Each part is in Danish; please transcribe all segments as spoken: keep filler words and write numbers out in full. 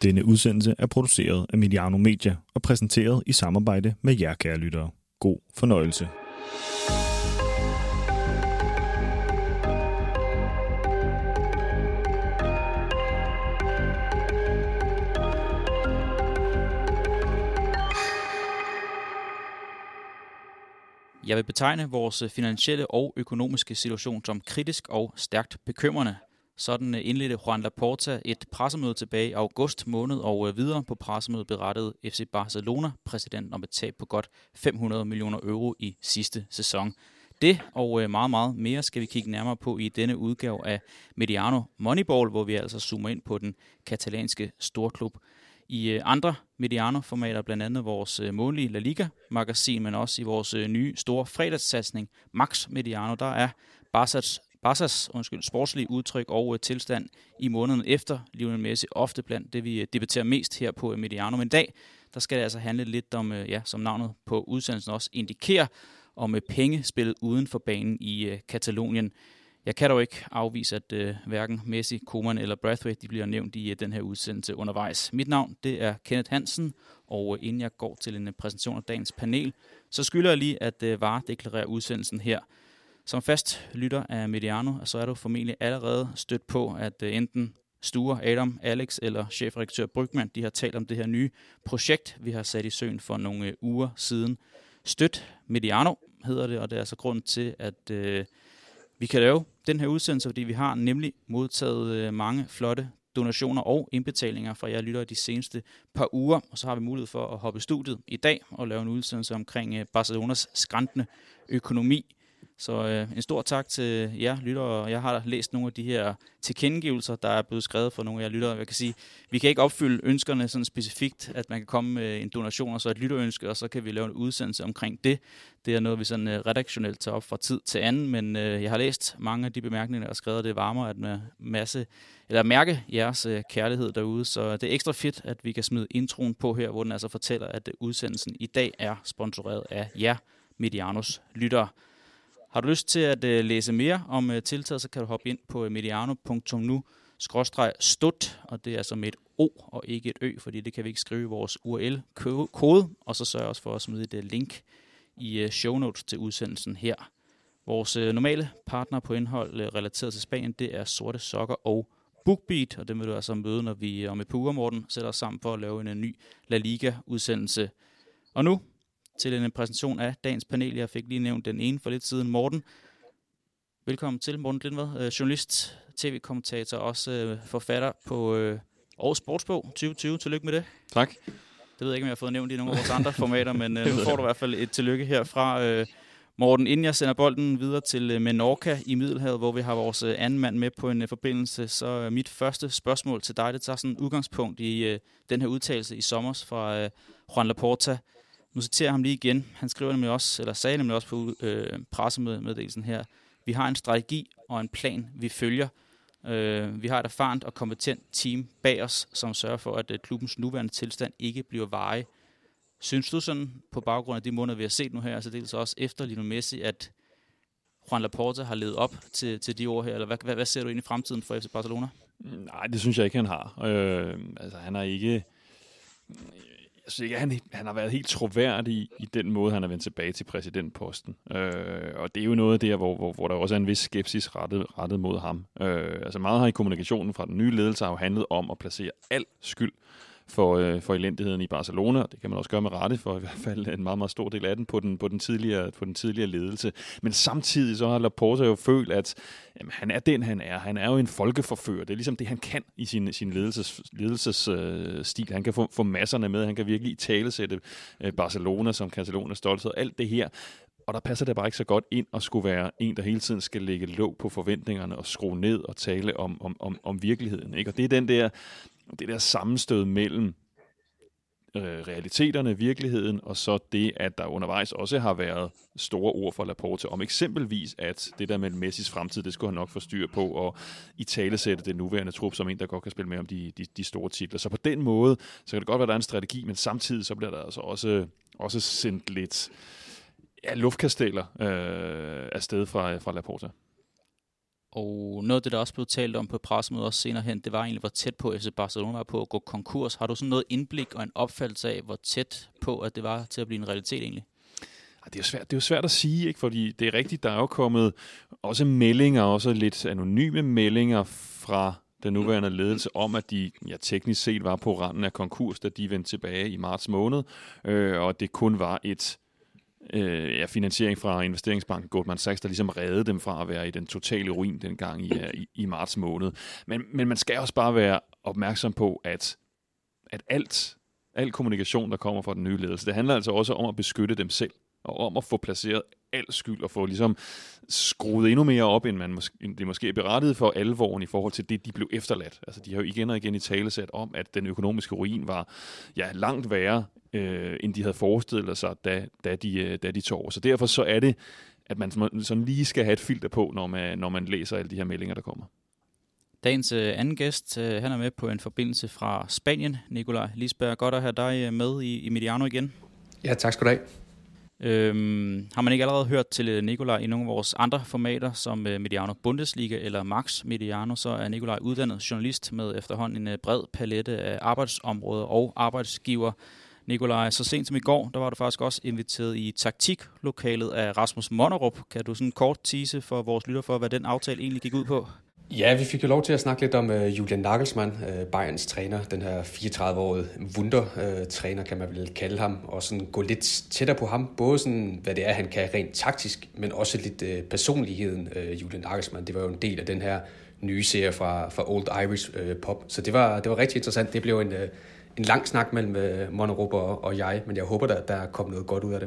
Denne udsendelse er produceret af Mediano Media og præsenteret i samarbejde med jer, kære lyttere. God fornøjelse. Jeg vil betegne vores finansielle og økonomiske situation som kritisk og stærkt bekymrende. Sådan indledte Juan Laporta et pressemøde tilbage i august måned, og videre på pressemødet berettede F C Barcelona præsidenten om et tab på godt fem hundrede millioner euro i sidste sæson. Det og meget, meget mere skal vi kigge nærmere på i denne udgave af Mediano Moneyball, hvor vi altså zoomer ind på den katalanske storklub. I andre Mediano-formater, blandt andet vores månedlige La Liga-magasin, men også i vores nye store fredagssatsning Max Mediano, der er Barças, Barças undskyld, sportslige udtryk og tilstand i måneden efter Lionel Messi ofte blandt det, vi debatterer mest her på Mediano. Men i dag, der skal det altså handle lidt om, ja, som navnet på udsendelsen også indikerer, om pengespillet uden for banen i Katalonien. Jeg kan dog ikke afvise, at øh, hverken Messi, Koeman eller Braithwaite de bliver nævnt i øh, den her udsendelse undervejs. Mit navn det er Kenneth Hansen, og øh, inden jeg går til en øh, præsentation af dagens panel, så skylder jeg lige at øh, varedeklarere udsendelsen her. Som fast lytter af Mediano, så er du formentlig allerede stødt på, at øh, enten Sture, Adam, Alex eller chefredaktør Brygman, de har talt om det her nye projekt, vi har sat i søen for nogle øh, uger siden. Støt Mediano hedder det, og det er altså grund til, at øh, vi kan lave den her udsendelse, fordi vi har nemlig modtaget mange flotte donationer og indbetalinger fra jer lyttere de seneste par uger. Og så har vi mulighed for at hoppe i studiet i dag og lave en udsendelse omkring Barcelonas skrantende økonomi. Så øh, en stor tak til jer lyttere. Jeg har læst nogle af de her tilkendegivelser, der er blevet skrevet for nogle af jer lyttere. Jeg kan sige, vi kan ikke opfylde ønskerne sådan specifikt, at man kan komme med en donation og så et lytterønske, og så kan vi lave en udsendelse omkring det. Det er noget, vi sådan uh, redaktionelt tager op fra tid til anden, men øh, jeg har læst mange af de bemærkninger, der er skrevet, det varmer at med masse, eller mærke jeres øh, kærlighed derude. Så det er ekstra fedt, at vi kan smide introen på her, hvor den altså fortæller, at uh, udsendelsen i dag er sponsoreret af jer, Medianos lyttere. Har du lyst til at uh, læse mere om uh, tiltaget, så kan du hoppe ind på mediano punktum nu skråstreg stut, og det er altså med et O og ikke et Ø, fordi det kan vi ikke skrive i vores U R L-kode, og så sørg også for at smide et uh, link i uh, show notes til udsendelsen her. Vores uh, normale partner på indhold uh, relateret til Spanien, det er Sorte Sokker og BookBeat, og det vil du altså møde, når vi om et par uger, Morten, sætter os sammen for at lave en uh, ny La Liga-udsendelse. Og nu til en præsentation af dagens panel. Jeg fik lige nævnt den ene for lidt siden. Morten, velkommen til. Morten Glindvad, øh, journalist, tv-kommentator, også øh, forfatter på øh, Årets Sportsbog tyve tyve. Tillykke med det. Tak. Det ved jeg ikke, om jeg har fået nævnt i nogle af vores andre formater, men øh, nu får du i hvert fald et tillykke herfra. Øh, Morten, inden jeg sender bolden videre til øh, Menorca i Middelhavet, hvor vi har vores øh, anden mand med på en øh, forbindelse, så øh, mit første spørgsmål til dig, det tager sådan en udgangspunkt i øh, den her udtalelse i sommer fra øh, Juan Laporta. Nu citerer jeg ham lige igen. Han skriver nemlig også, eller sagde nemlig også på øh, pressemeddelelsen her: vi har en strategi og en plan, vi følger. Øh, vi har et erfarent og kompetent team bag os, som sørger for, at øh, klubbens nuværende tilstand ikke bliver varig. Synes du sådan, på baggrund af de måneder, vi har set nu her, altså dels også efter Lionel Messi, at Juan Laporta har levet op til, til de ord her, eller hvad, hvad, hvad ser du ind i fremtiden for F C Barcelona? Nej, det synes jeg ikke, han har. Øh, altså, han har ikke... Jeg synes ikke, at han, han har været helt troværdig i den måde, han er vendt tilbage til præsidentposten. Øh, og det er jo noget der, hvor, hvor, hvor der også er en vis skepsis rettet, rettet mod ham. Øh, altså meget har i kommunikationen fra den nye ledelse har jo handlet om at placere al skyld for, øh, for elendigheden i Barcelona. Det kan man også gøre med rette, for i hvert fald en meget, meget stor del af den på den, på den, tidligere, på den tidligere ledelse. Men samtidig så har Laporta jo følt, at jamen, han er den, han er. Han er jo en folkeforfører. Det er ligesom det, han kan i sin, sin ledelses, ledelsesstil. Øh, han kan få, få masserne med. Han kan virkelig i talesætte øh, Barcelona som Catalonas stolthed. Alt det her. Og der passer det bare ikke så godt ind at skulle være en, der hele tiden skal lægge låg på forventningerne og skrue ned og tale om, om, om, om virkeligheden. Ikke? Og det er den der, det der sammenstød mellem øh, realiteterne, virkeligheden, og så det, at der undervejs også har været store ord for Laporta om eksempelvis, at det der med Messis fremtid, det skulle han nok få styr på, og i talesætte det nuværende trup som en, der godt kan spille med om de, de, de store titler. Så på den måde, så kan det godt være, der er en strategi, men samtidig så bliver der altså også, også sendt lidt ja, luftkasteller øh, afsted fra, fra Laporta. Og noget af det, der også blev talt om på pressemødet også senere hen, det var egentlig, hvor tæt på F C Barcelona var på at gå konkurs. Har du sådan noget indblik og en opfattelse af, hvor tæt på, at det var til at blive en realitet egentlig? Det er jo svært, det er jo svært at sige, ikke? Fordi det er rigtigt, der er jo kommet også meldinger, også lidt anonyme meldinger fra den nuværende ledelse om, at de ja, teknisk set var på randen af konkurs, da de vendte tilbage i marts måned, øh, og det kun var et øh, ja, finansiering fra investeringsbanken Goldman Sachs, der ligesom reddede dem fra at være i den totale ruin dengang i, i, i marts måned. Men, men man skal også bare være opmærksom på, at, at alt, al kommunikation, der kommer fra den nye ledelse, det handler altså også om at beskytte dem selv, og om at få placeret al skyld, og få ligesom skruet endnu mere op, end, man måske, end det måske er berettiget for alvoren i forhold til det, de blev efterladt. Altså, de har jo igen og igen i talesat om, at den økonomiske ruin var ja, langt værre, øh, end de havde forestillet sig, da, da, de, da de tog over. Så derfor så er det, at man sådan lige skal have et filter på, når man, når man læser alle de her meldinger, der kommer. Dagens øh, anden gæst, øh, han er med på en forbindelse fra Spanien. Nikolaj Lisberg, godt at have dig med i, i Mediano igen. Ja, tak skal du have. Øhm, har man ikke allerede hørt til Nikolaj i nogle af vores andre formater, som Mediano Bundesliga eller Max Mediano, så er Nikolaj uddannet journalist med efterhånden en bred palette af arbejdsområder og arbejdsgiver. Nikolaj, så sent som i går, der var du faktisk også inviteret i taktiklokalet af Rasmus Monnerup. Kan du sådan kort tease for vores lytter for, hvad den aftale egentlig gik ud på? Ja, vi fik jo lov til at snakke lidt om uh, Julian Nagelsmann, uh, Bayerns træner, den her fireogtredive-årige wunder-træner, uh, kan man vel kalde ham, og sådan gå lidt tættere på ham, både sådan, hvad det er, han kan rent taktisk, men også lidt uh, personligheden, uh, Julian Nagelsmann. Det var jo en del af den her nye serie fra, fra Old Irish uh, Pop, så det var, det var rigtig interessant. Det blev en, uh, en lang snak mellem uh, Monnerup og, og jeg, men jeg håber, der, der kom noget godt ud af det.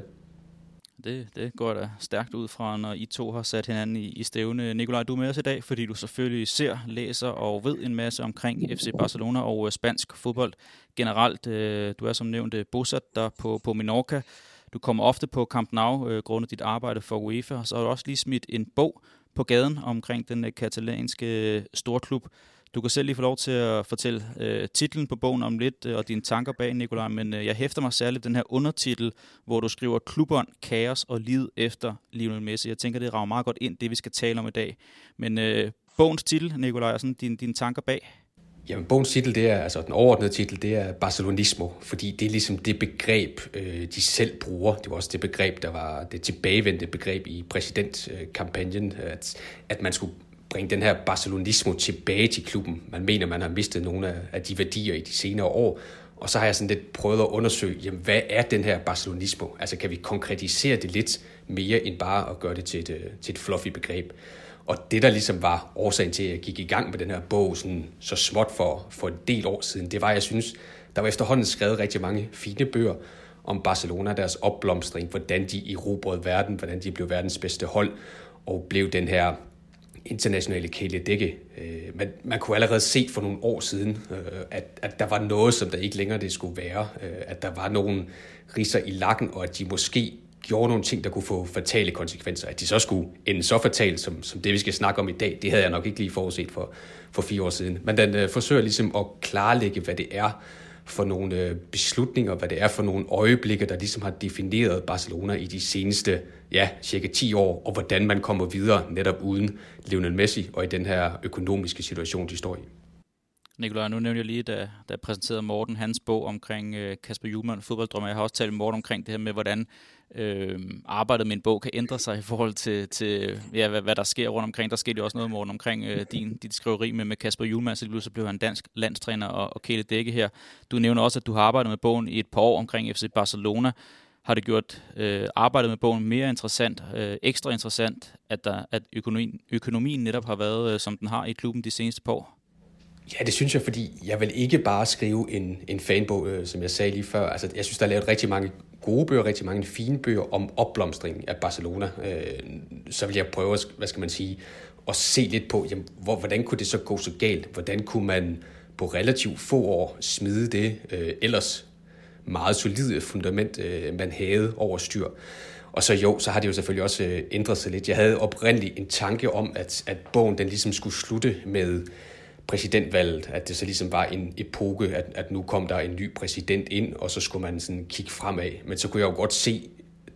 Det, det går da stærkt ud fra, når I to har sat hinanden i, i stævne. Nikolaj, du er med os i dag, fordi du selvfølgelig ser, læser og ved en masse omkring F C Barcelona og spansk fodbold generelt. Du er som nævnt bosat der på, på Menorca. Du kommer ofte på Camp Nou grundet dit arbejde for UEFA, og så har du også lige smidt en bog på gaden omkring den katalanske storklub. Du kan selv lige få lov til at fortælle øh, titlen på bogen om lidt, øh, og dine tanker bag, Nikolaj, men øh, jeg hæfter mig særligt den her undertitel, hvor du skriver Klubbånd, kaos og livet efter Lionel Messi. Jeg tænker, det rager meget godt ind, det vi skal tale om i dag. Men øh, bogens titel, Nikolaj, og sådan dine, dine tanker bag? Jamen, bogens titel, det er, altså den overordnede titel, det er Barcelonismo, fordi det er ligesom det begreb, øh, de selv bruger. Det var også det begreb, der var det tilbagevendte begreb i præsidentkampagnen, at, at man skulle bringe den her barcelonismo tilbage til klubben. Man mener, man har mistet nogle af de værdier i de senere år, og så har jeg sådan lidt prøvet at undersøge, jamen, hvad er den her barcelonismo? Altså, kan vi konkretisere det lidt mere, end bare at gøre det til et, til et fluffy begreb? Og det, der ligesom var årsagen til, at jeg gik i gang med den her bog sådan, så småt for, for en del år siden, det var, jeg synes, der var efterhånden skrevet rigtig mange fine bøger om Barcelona, deres opblomstring, hvordan de erobrede verden, hvordan de blev verdens bedste hold, og blev den her internationale kæledække. Man, man kunne allerede se for nogle år siden, at, at der var noget, som der ikke længere det skulle være. At der var nogle ridser i lakken, og at de måske gjorde nogle ting, der kunne få fatale konsekvenser. At de så skulle ende så fatalt, som, som det, vi skal snakke om i dag, det havde jeg nok ikke lige forudset for, for fire år siden. Men den øh, forsøger ligesom at klarlægge, hvad det er for nogle øh, beslutninger, hvad det er for nogle øjeblikke, der ligesom har defineret Barcelona i de seneste, ja, cirka ti år, og hvordan man kommer videre netop uden Lionel Messi og i den her økonomiske situation, de står i. Nikolaj, nu nævnte jeg lige, da, da jeg præsenterede Morten hans bog omkring øh, Kasper Hjulmand, fodbolddrømmer. Jeg har også talt med Morten omkring det her med, hvordan øh, arbejdet med en bog kan ændre sig i forhold til, til ja, hvad, hvad der sker rundt omkring. Der skete jo også noget, Morten, omkring øh, din, dit skriveri med, med Kasper Hjulmand, så, så blev han dansk landstræner og, og kæledække her. Du nævner også, at du har arbejdet med bogen i et par år omkring F C Barcelona. Har det gjort øh, arbejdet med bogen mere interessant, øh, ekstra interessant, at, der, at økonomien, økonomien netop har været, øh, som den har i klubben de seneste par år? Ja, det synes jeg, fordi jeg vil ikke bare skrive en, en fanbog, øh, som jeg sagde lige før. Altså, jeg synes, der er lavet rigtig mange gode bøger, rigtig mange fine bøger om opblomstringen af Barcelona. Øh, så vil jeg prøve, hvad skal man sige, at se lidt på, jamen, hvor, hvordan kunne det så gå så galt? Hvordan kunne man på relativt få år smide det øh, ellers meget solide fundament, øh, man havde over styr? Og så jo, så har det jo selvfølgelig også øh, ændret sig lidt. Jeg havde oprindeligt en tanke om, at, at bogen den ligesom skulle slutte med præsidentvalget, at det så ligesom var en epoke, at, at nu kom der en ny præsident ind, og så skulle man sådan kigge fremad. Men så kunne jeg jo godt se,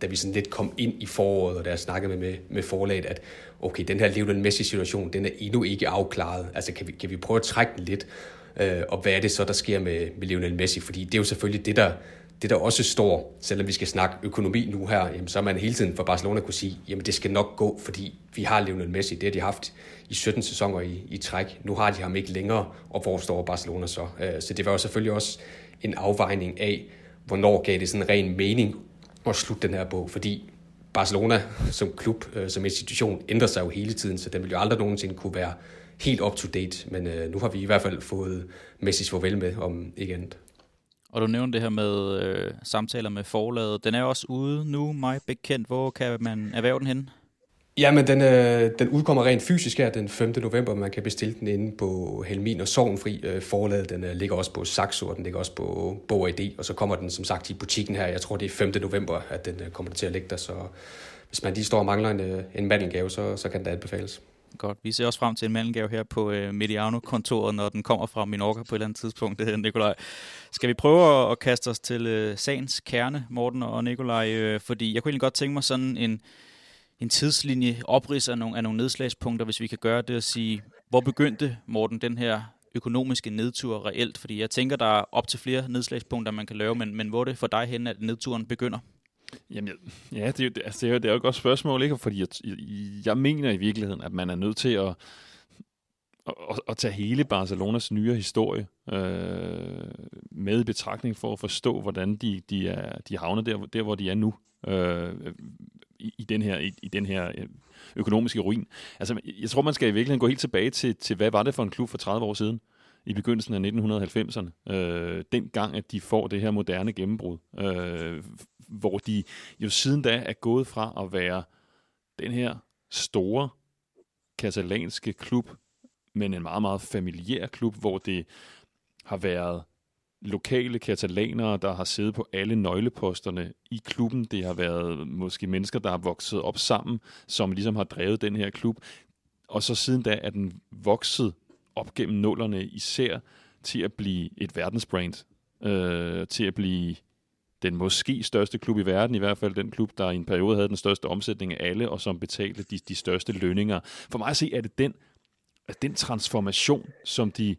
da vi sådan lidt kom ind i foråret, og da jeg snakkede med, med forlaget, at okay, den her Lionel Messi-situation, den er endnu ikke afklaret. Altså kan vi, kan vi prøve at trække den lidt? Øh, og hvad er det så, der sker med, med Lionel Messi? Fordi det er jo selvfølgelig det, der, det, der også står, selvom vi skal snakke økonomi nu her, jamen, så er man hele tiden for Barcelona kunne sige, jamen det skal nok gå, fordi vi har Lionel Messi. Det har de haft i sytten sæsoner i, i træk. Nu har de ham ikke længere, og hvor står Barcelona så? Øh, så det var jo selvfølgelig også en afvejning af, hvornår gav det sådan en ren mening at slutte den her bog, fordi Barcelona som klub, øh, som institution, ændrer sig jo hele tiden, så den vil jo aldrig nogensinde kunne være helt up to date, men øh, nu har vi i hvert fald fået Messis farvel med, om ikke andet. Og du nævnte det her med øh, samtaler med forlaget. Den er også ude nu, mig bekendt. Hvor kan man erhverve den henne? Jamen, den, øh, den udkommer rent fysisk her den femte november. Man kan bestille den inde på Helmin og Sorgenfri øh, forlaget. Den øh, ligger også på Saxo, og den ligger også på Bog og I D. Og så kommer den som sagt i butikken her. Jeg tror, det er femte november, at den øh, kommer til at ligge der. Så hvis man lige står og mangler en, øh, en mandelgave, så, så kan den da anbefales. Godt. Vi ser også frem til en mandelgave her på øh, Mediano-kontoret, når den kommer fra Minorca på et eller andet tidspunkt, Nikolaj. Skal vi prøve at, at kaste os til øh, sagens kerne, Morten og Nikolaj? Øh, fordi jeg kunne egentlig godt tænke mig sådan en, en tidslinje, oprids af nogle, af nogle nedslagspunkter, hvis vi kan gøre det og sige, hvor begyndte, Morten, den her økonomiske nedtur reelt? Fordi jeg tænker, der er op til flere nedslagspunkter, man kan lave, men, men hvor er det for dig hen, at nedturen begynder? Jamen, ja, det er, jo, altså, det, er jo, det er jo et godt spørgsmål, ikke? Fordi jeg, jeg mener i virkeligheden, at man er nødt til at, at, at, at tage hele Barcelonas nyere historie øh, med i betragtning for at forstå, hvordan de, de, er, de havner der, der, hvor de er nu øh, i, i, den her, i, i den her økonomiske ruin. Altså, jeg tror, man skal i virkeligheden gå helt tilbage til, til hvad var det for en klub for tredive år siden? I begyndelsen af nitten halvfemserne, øh, den gang, at de får det her moderne gennembrud, øh, hvor de jo siden da er gået fra at være den her store katalanske klub, men en meget, meget familiær klub, hvor det har været lokale katalanere, der har siddet på alle nøgleposterne i klubben. Det har været måske mennesker, der har vokset op sammen, som ligesom har drevet den her klub. Og så siden da er den vokset op gennem nullerne, især til at blive et verdensbrand, øh, til at blive den måske største klub i verden, i hvert fald den klub, der i en periode havde den største omsætning af alle, og som betalte de, de største lønninger. For mig at se, er det den, den transformation, som de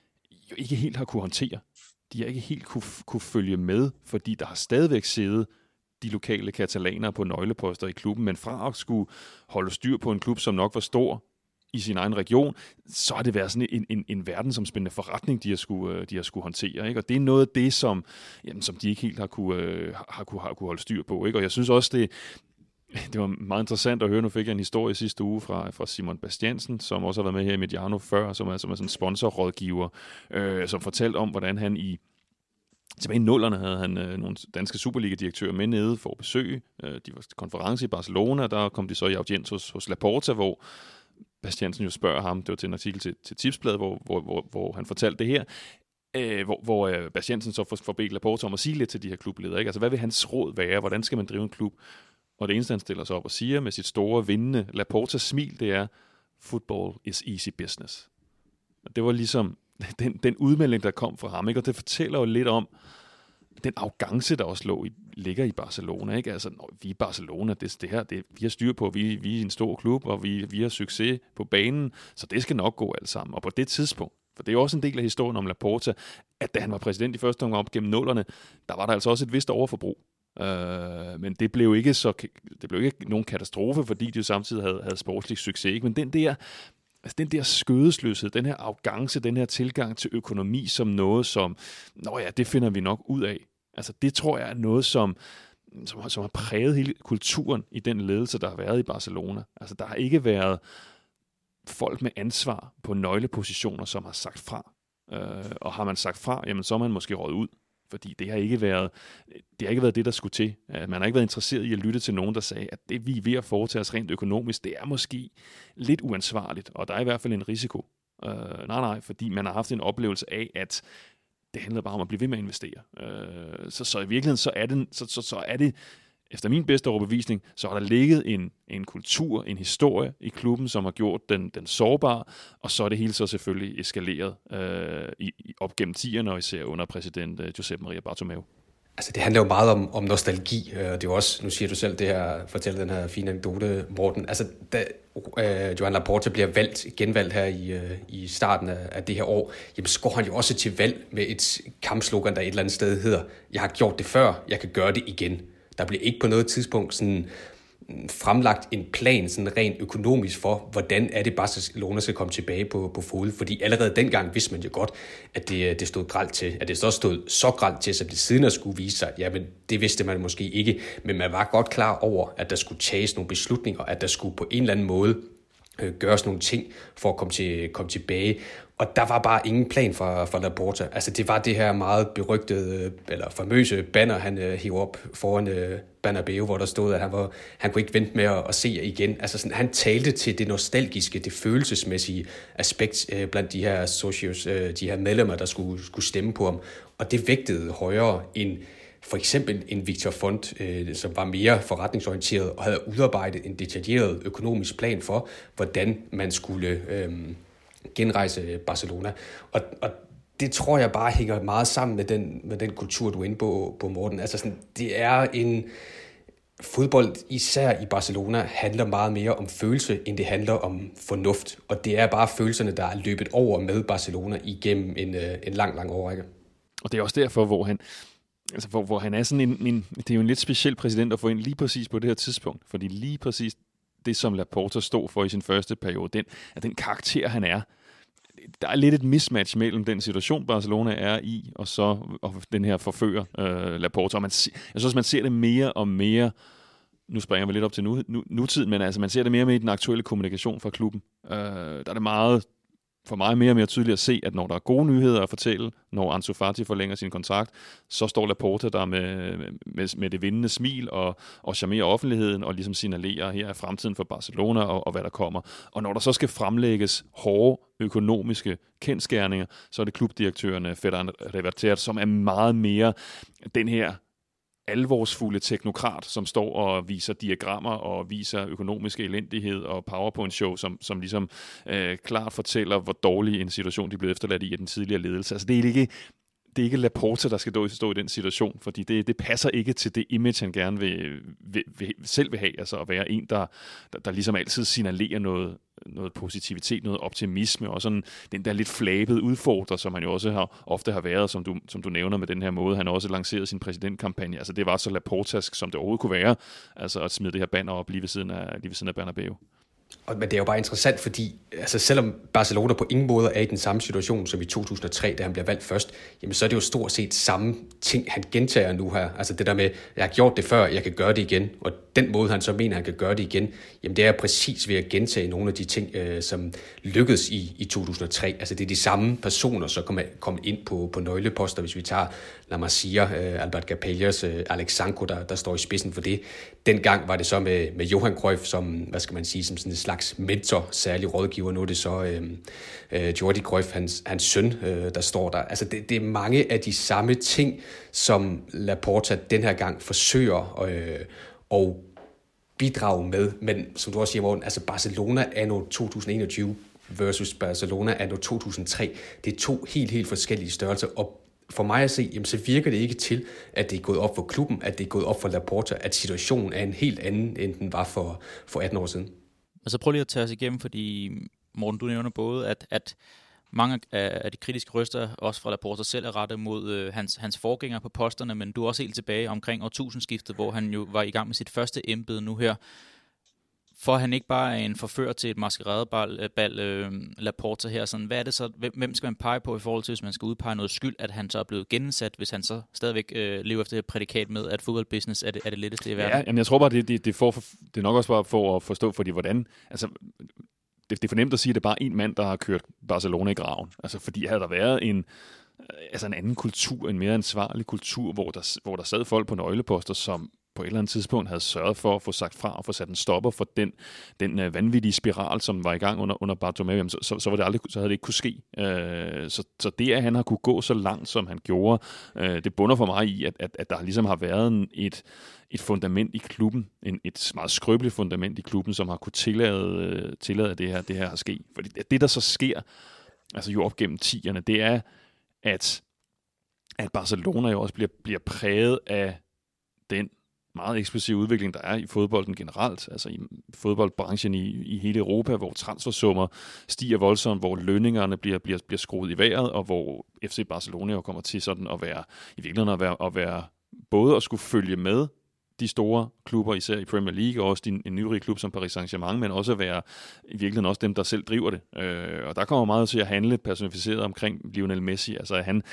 jo ikke helt har kunne håndtere. De har ikke helt kunne, kunne følge med, fordi der har stadigvæk siddet de lokale katalanere på nøgleposter i klubben, men fra at skulle holde styr på en klub, som nok var stor i sin egen region, så har det været sådan en, en, en verdensomspændende forretning, de har skulle, de har skulle håndtere. Ikke? Og det er noget af det, som, jamen, som de ikke helt har kunne, har, kunne, har kunne holde styr på. Ikke? Og jeg synes også, det, det var meget interessant at høre. Nu fik jeg en historie sidste uge fra, fra Simon Bastiansen, som også har været med her i Mediano før, som er, som er sådan en sponsorrådgiver, øh, som fortalte om, hvordan han i tilbage i nullerne havde han øh, nogle danske Superliga-direktører med nede for at besøge. Øh, de var til konference i Barcelona, der kom de så i audiens hos, hos Laporta, hvor Bastiansen jo spørger ham, det var til en artikel til, til Tipsbladet, hvor, hvor, hvor, hvor han fortalte det her, øh, hvor, hvor øh, Bastiansen så forbedt Laporta om at sige lidt til de her klubledere. Ikke? Altså, hvad vil hans råd være? Hvordan skal man drive en klub? Og det eneste, han stiller sig op og siger med sit store, vindende Laporta-smil, det er, football is easy business. Og det var ligesom den, den udmelding, der kom fra ham, ikke? Og det fortæller jo lidt om den arrogance, der også lå i, ligger i Barcelona. Ikke? Altså, når vi er Barcelona, det, det her, det, vi har styr på, vi, vi er en stor klub, og vi, vi har succes på banen, så det skal nok gå alt sammen. Og på det tidspunkt, for det er jo også en del af historien om Laporta, at da han var præsident i første omgang op gennem nullerne, der var der altså også et vist overforbrug. Uh, men det blev ikke så det blev ikke nogen katastrofe, fordi de jo samtidig havde, havde sportslig succes. Ikke? Men den der, altså den der skødesløshed, den her arrogance, den her tilgang til økonomi som noget, som, nå ja, det finder vi nok ud af. Altså det tror jeg er noget, som, som, som har præget hele kulturen i den ledelse, der har været i Barcelona. Altså der har ikke været folk med ansvar på nøglepositioner, som har sagt fra. Uh, og har man sagt fra, jamen så er man måske røget ud. Fordi det har ikke været det har ikke været det, der skulle til. Man har ikke været interesseret i at lytte til nogen, der sagde, at det vi er ved at foretage os rent økonomisk, det er måske lidt uansvarligt, og der er i hvert fald en risiko. Uh, nej, nej, fordi man har haft en oplevelse af, at det handler bare om at blive ved med at investere. Uh, så, så i virkeligheden, så er det, så, så, så er det efter min bedste overbevisning, så har der ligget en, en kultur, en historie i klubben, som har gjort den, den sårbare, og så er det hele så selvfølgelig eskaleret øh, i, i, op gennem tierne, og især under præsident øh, Josep Maria Bartomeu. Altså, det handler jo meget om, om nostalgi, og det er jo også, nu siger du selv det her, fortæller den her fine anekdote, Morten. Altså, da øh, Joan Laporta bliver valgt, genvalgt her i, øh, i starten af, af det her år, jamen, så går han jo også til valg med et kampslogan, der et eller andet sted hedder, jeg har gjort det før, jeg kan gøre det igen. Der bliver ikke på noget tidspunkt sådan fremlagt en plan sådan rent økonomisk for, hvordan er det Barcelona skal komme tilbage på, på fod. Fordi allerede dengang vidste man jo godt, at det, det stod grelt til. At det så stod så grelt til, så det siden at skulle vise sig, jamen det vidste man måske ikke. Men man var godt klar over, at der skulle tages nogle beslutninger, at der skulle på en eller anden måde øh, gøres nogle ting for at komme, til, komme tilbage. Og der var bare ingen plan for, for Laporta. Altså det var det her meget berygtede, eller famøse banner, han øh, hævde op foran øh, Bernabeu, hvor der stod, at han, var, han kunne ikke vente med at, at se igen. Altså sådan, han talte til det nostalgiske, det følelsesmæssige aspekt øh, blandt de her socios, øh, de her medlemmer, der skulle, skulle stemme på ham. Og det vægtede højere end for eksempel en Victor Font, øh, som var mere forretningsorienteret og havde udarbejdet en detaljeret økonomisk plan for, hvordan man skulle øh, genrejse Barcelona. Og, og det tror jeg bare hænger meget sammen med den, med den kultur, du er inde på, på Morten. Altså sådan, det er en fodbold, især i Barcelona, handler meget mere om følelse, end det handler om fornuft. Og det er bare følelserne, der er løbet over med Barcelona igennem en, en lang, lang årrække. Og det er også derfor, hvor han, altså hvor, hvor han er sådan en, en, det er jo en lidt speciel præsident at få ind lige præcis på det her tidspunkt. Fordi lige præcis det, som Laporta stod for i sin første periode, den, at den karakter, han er, der er lidt et mismatch mellem den situation, Barcelona er i, og så og den her forfører, øh, Laporta. Og man, jeg synes, man ser det mere og mere, nu springer vi lidt op til nu, nu, nutiden, men altså, man ser det mere med i den aktuelle kommunikation fra klubben. Øh, der er det meget, for mig mere og mere tydeligt at se, at når der er gode nyheder at fortælle, når Ansu Fati forlænger sin kontrakt, så står Laporta der med, med, med det vindende smil og, og charmerer offentligheden og ligesom signalerer, her er fremtiden for Barcelona og, og hvad der kommer. Og når der så skal fremlægges hårde økonomiske kendsgerninger, så er det klubdirektøren Ferran Reverter, som er meget mere den her alvorsfulde teknokrat, som står og viser diagrammer og viser økonomisk elendighed og PowerPoint-show, som, som ligesom øh, klart fortæller, hvor dårlig en situation de blev efterladt i af den tidligere ledelse. Altså det er ikke, det er ikke Laporta, der skal stå i den situation, fordi det, det passer ikke til det image, han gerne vil, vil, vil, selv vil have, altså at være en, der, der, der ligesom altid signalerer noget, noget positivitet, noget optimisme, og sådan den der lidt flabede udfordrer, som han jo også har, ofte har været, som du, som du nævner med den her måde. Han har også lanceret sin præsidentkampagne. Altså det var så Laportask, som det overhovedet kunne være, altså at smide det her banner op lige ved siden af, lige ved siden af Bernabeu. Og, men det er jo bare interessant, fordi altså, selvom Barcelona på ingen måde er i den samme situation som i to tusind og tre, da han bliver valgt først, jamen så er det jo stort set samme ting, han gentager nu her. Altså det der med, jeg har gjort det før, jeg kan gøre det igen. Og den måde, han så mener, han kan gøre det igen, jamen det er præcis ved at gentage nogle af de ting, øh, som lykkedes i, i to tusind og tre. Altså det er de samme personer, som kommer kom ind på, på nøgleposter, hvis vi tager La Masia, øh, Albert Capellas, øh, Alex Sanko, der, der står i spidsen for det. Dengang var det så med, med Johan Cruyff som, hvad skal man sige, som sådan en slags mentor, særlig rådgiver. Nu er det så øh, øh, Jordi Cruyff, hans, hans søn, øh, der står der. Altså det, det er mange af de samme ting, som Laporta den her gang forsøger øh, at bidrage med. Men som du også siger, Morten, altså Barcelona anno to tusind og enogtyve versus Barcelona anno to tusind og tre, det er to helt, helt forskellige størrelser. Og for mig at se, jamen, så virker det ikke til, at det er gået op for klubben, at det er gået op for Laporta, at situationen er en helt anden, end den var for, for atten år siden. Og så prøv lige at tage os igennem, fordi Morten, du nævner både, at, at mange af de kritiske røster, også fra Laporta selv, er rettet mod øh, hans, hans forgænger på posterne, men du er også helt tilbage omkring årtusindskiftet, hvor han jo var i gang med sit første embede nu her. For han ikke bare er en forfører til et maskeradebal, øh, Laporta her, sådan, hvad er det så, hvem, hvem skal man pege på i forhold til, hvis man skal udpege noget skyld, at han så er blevet genindsat, hvis han så stadigvæk øh, lever efter det prædikat med, at fodboldbusiness er det, er det letteste i verden? Ja, jamen jeg tror bare, det, det, det, for, det er nok også bare for at forstå, fordi hvordan, altså det, det er for nemt at sige, at det er bare en mand, der har kørt Barcelona i graven. Altså fordi havde der været en, altså en anden kultur, en mere ansvarlig kultur, hvor der, hvor der sad folk på nøgleposter, som på et eller andet tidspunkt havde sørget for at få sagt fra og få sat en stopper for den, den uh, vanvittige spiral, som var i gang under, under Bartomeu, så, så, så, var det aldrig, så havde det ikke kunne ske. Uh, så, så det, at han har kunne gå så langt, som han gjorde, uh, det bunder for mig i, at, at, at der ligesom har været en, et, et fundament i klubben, en, et meget skrøbeligt fundament i klubben, som har kunne tillade, uh, tillade det her, det her at ske. Fordi det, der så sker, altså jo op gennem tierne, det er, at at Barcelona jo også bliver, bliver præget af den meget eksplosive udvikling, der er i fodbolden generelt, altså i fodboldbranchen i, i hele Europa, hvor transfersummer stiger voldsomt, hvor lønningerne bliver, bliver, bliver skruet i vejret, og hvor F C Barcelona jo kommer til sådan at være, i virkeligheden at være, at være både at skulle følge med de store klubber, især i Premier League, og også en, en nyrig klub som Paris Saint-Germain, men også at være i virkeligheden også dem, der selv driver det. Øh, og der kommer meget til at handle personificeret omkring Lionel Messi, altså at han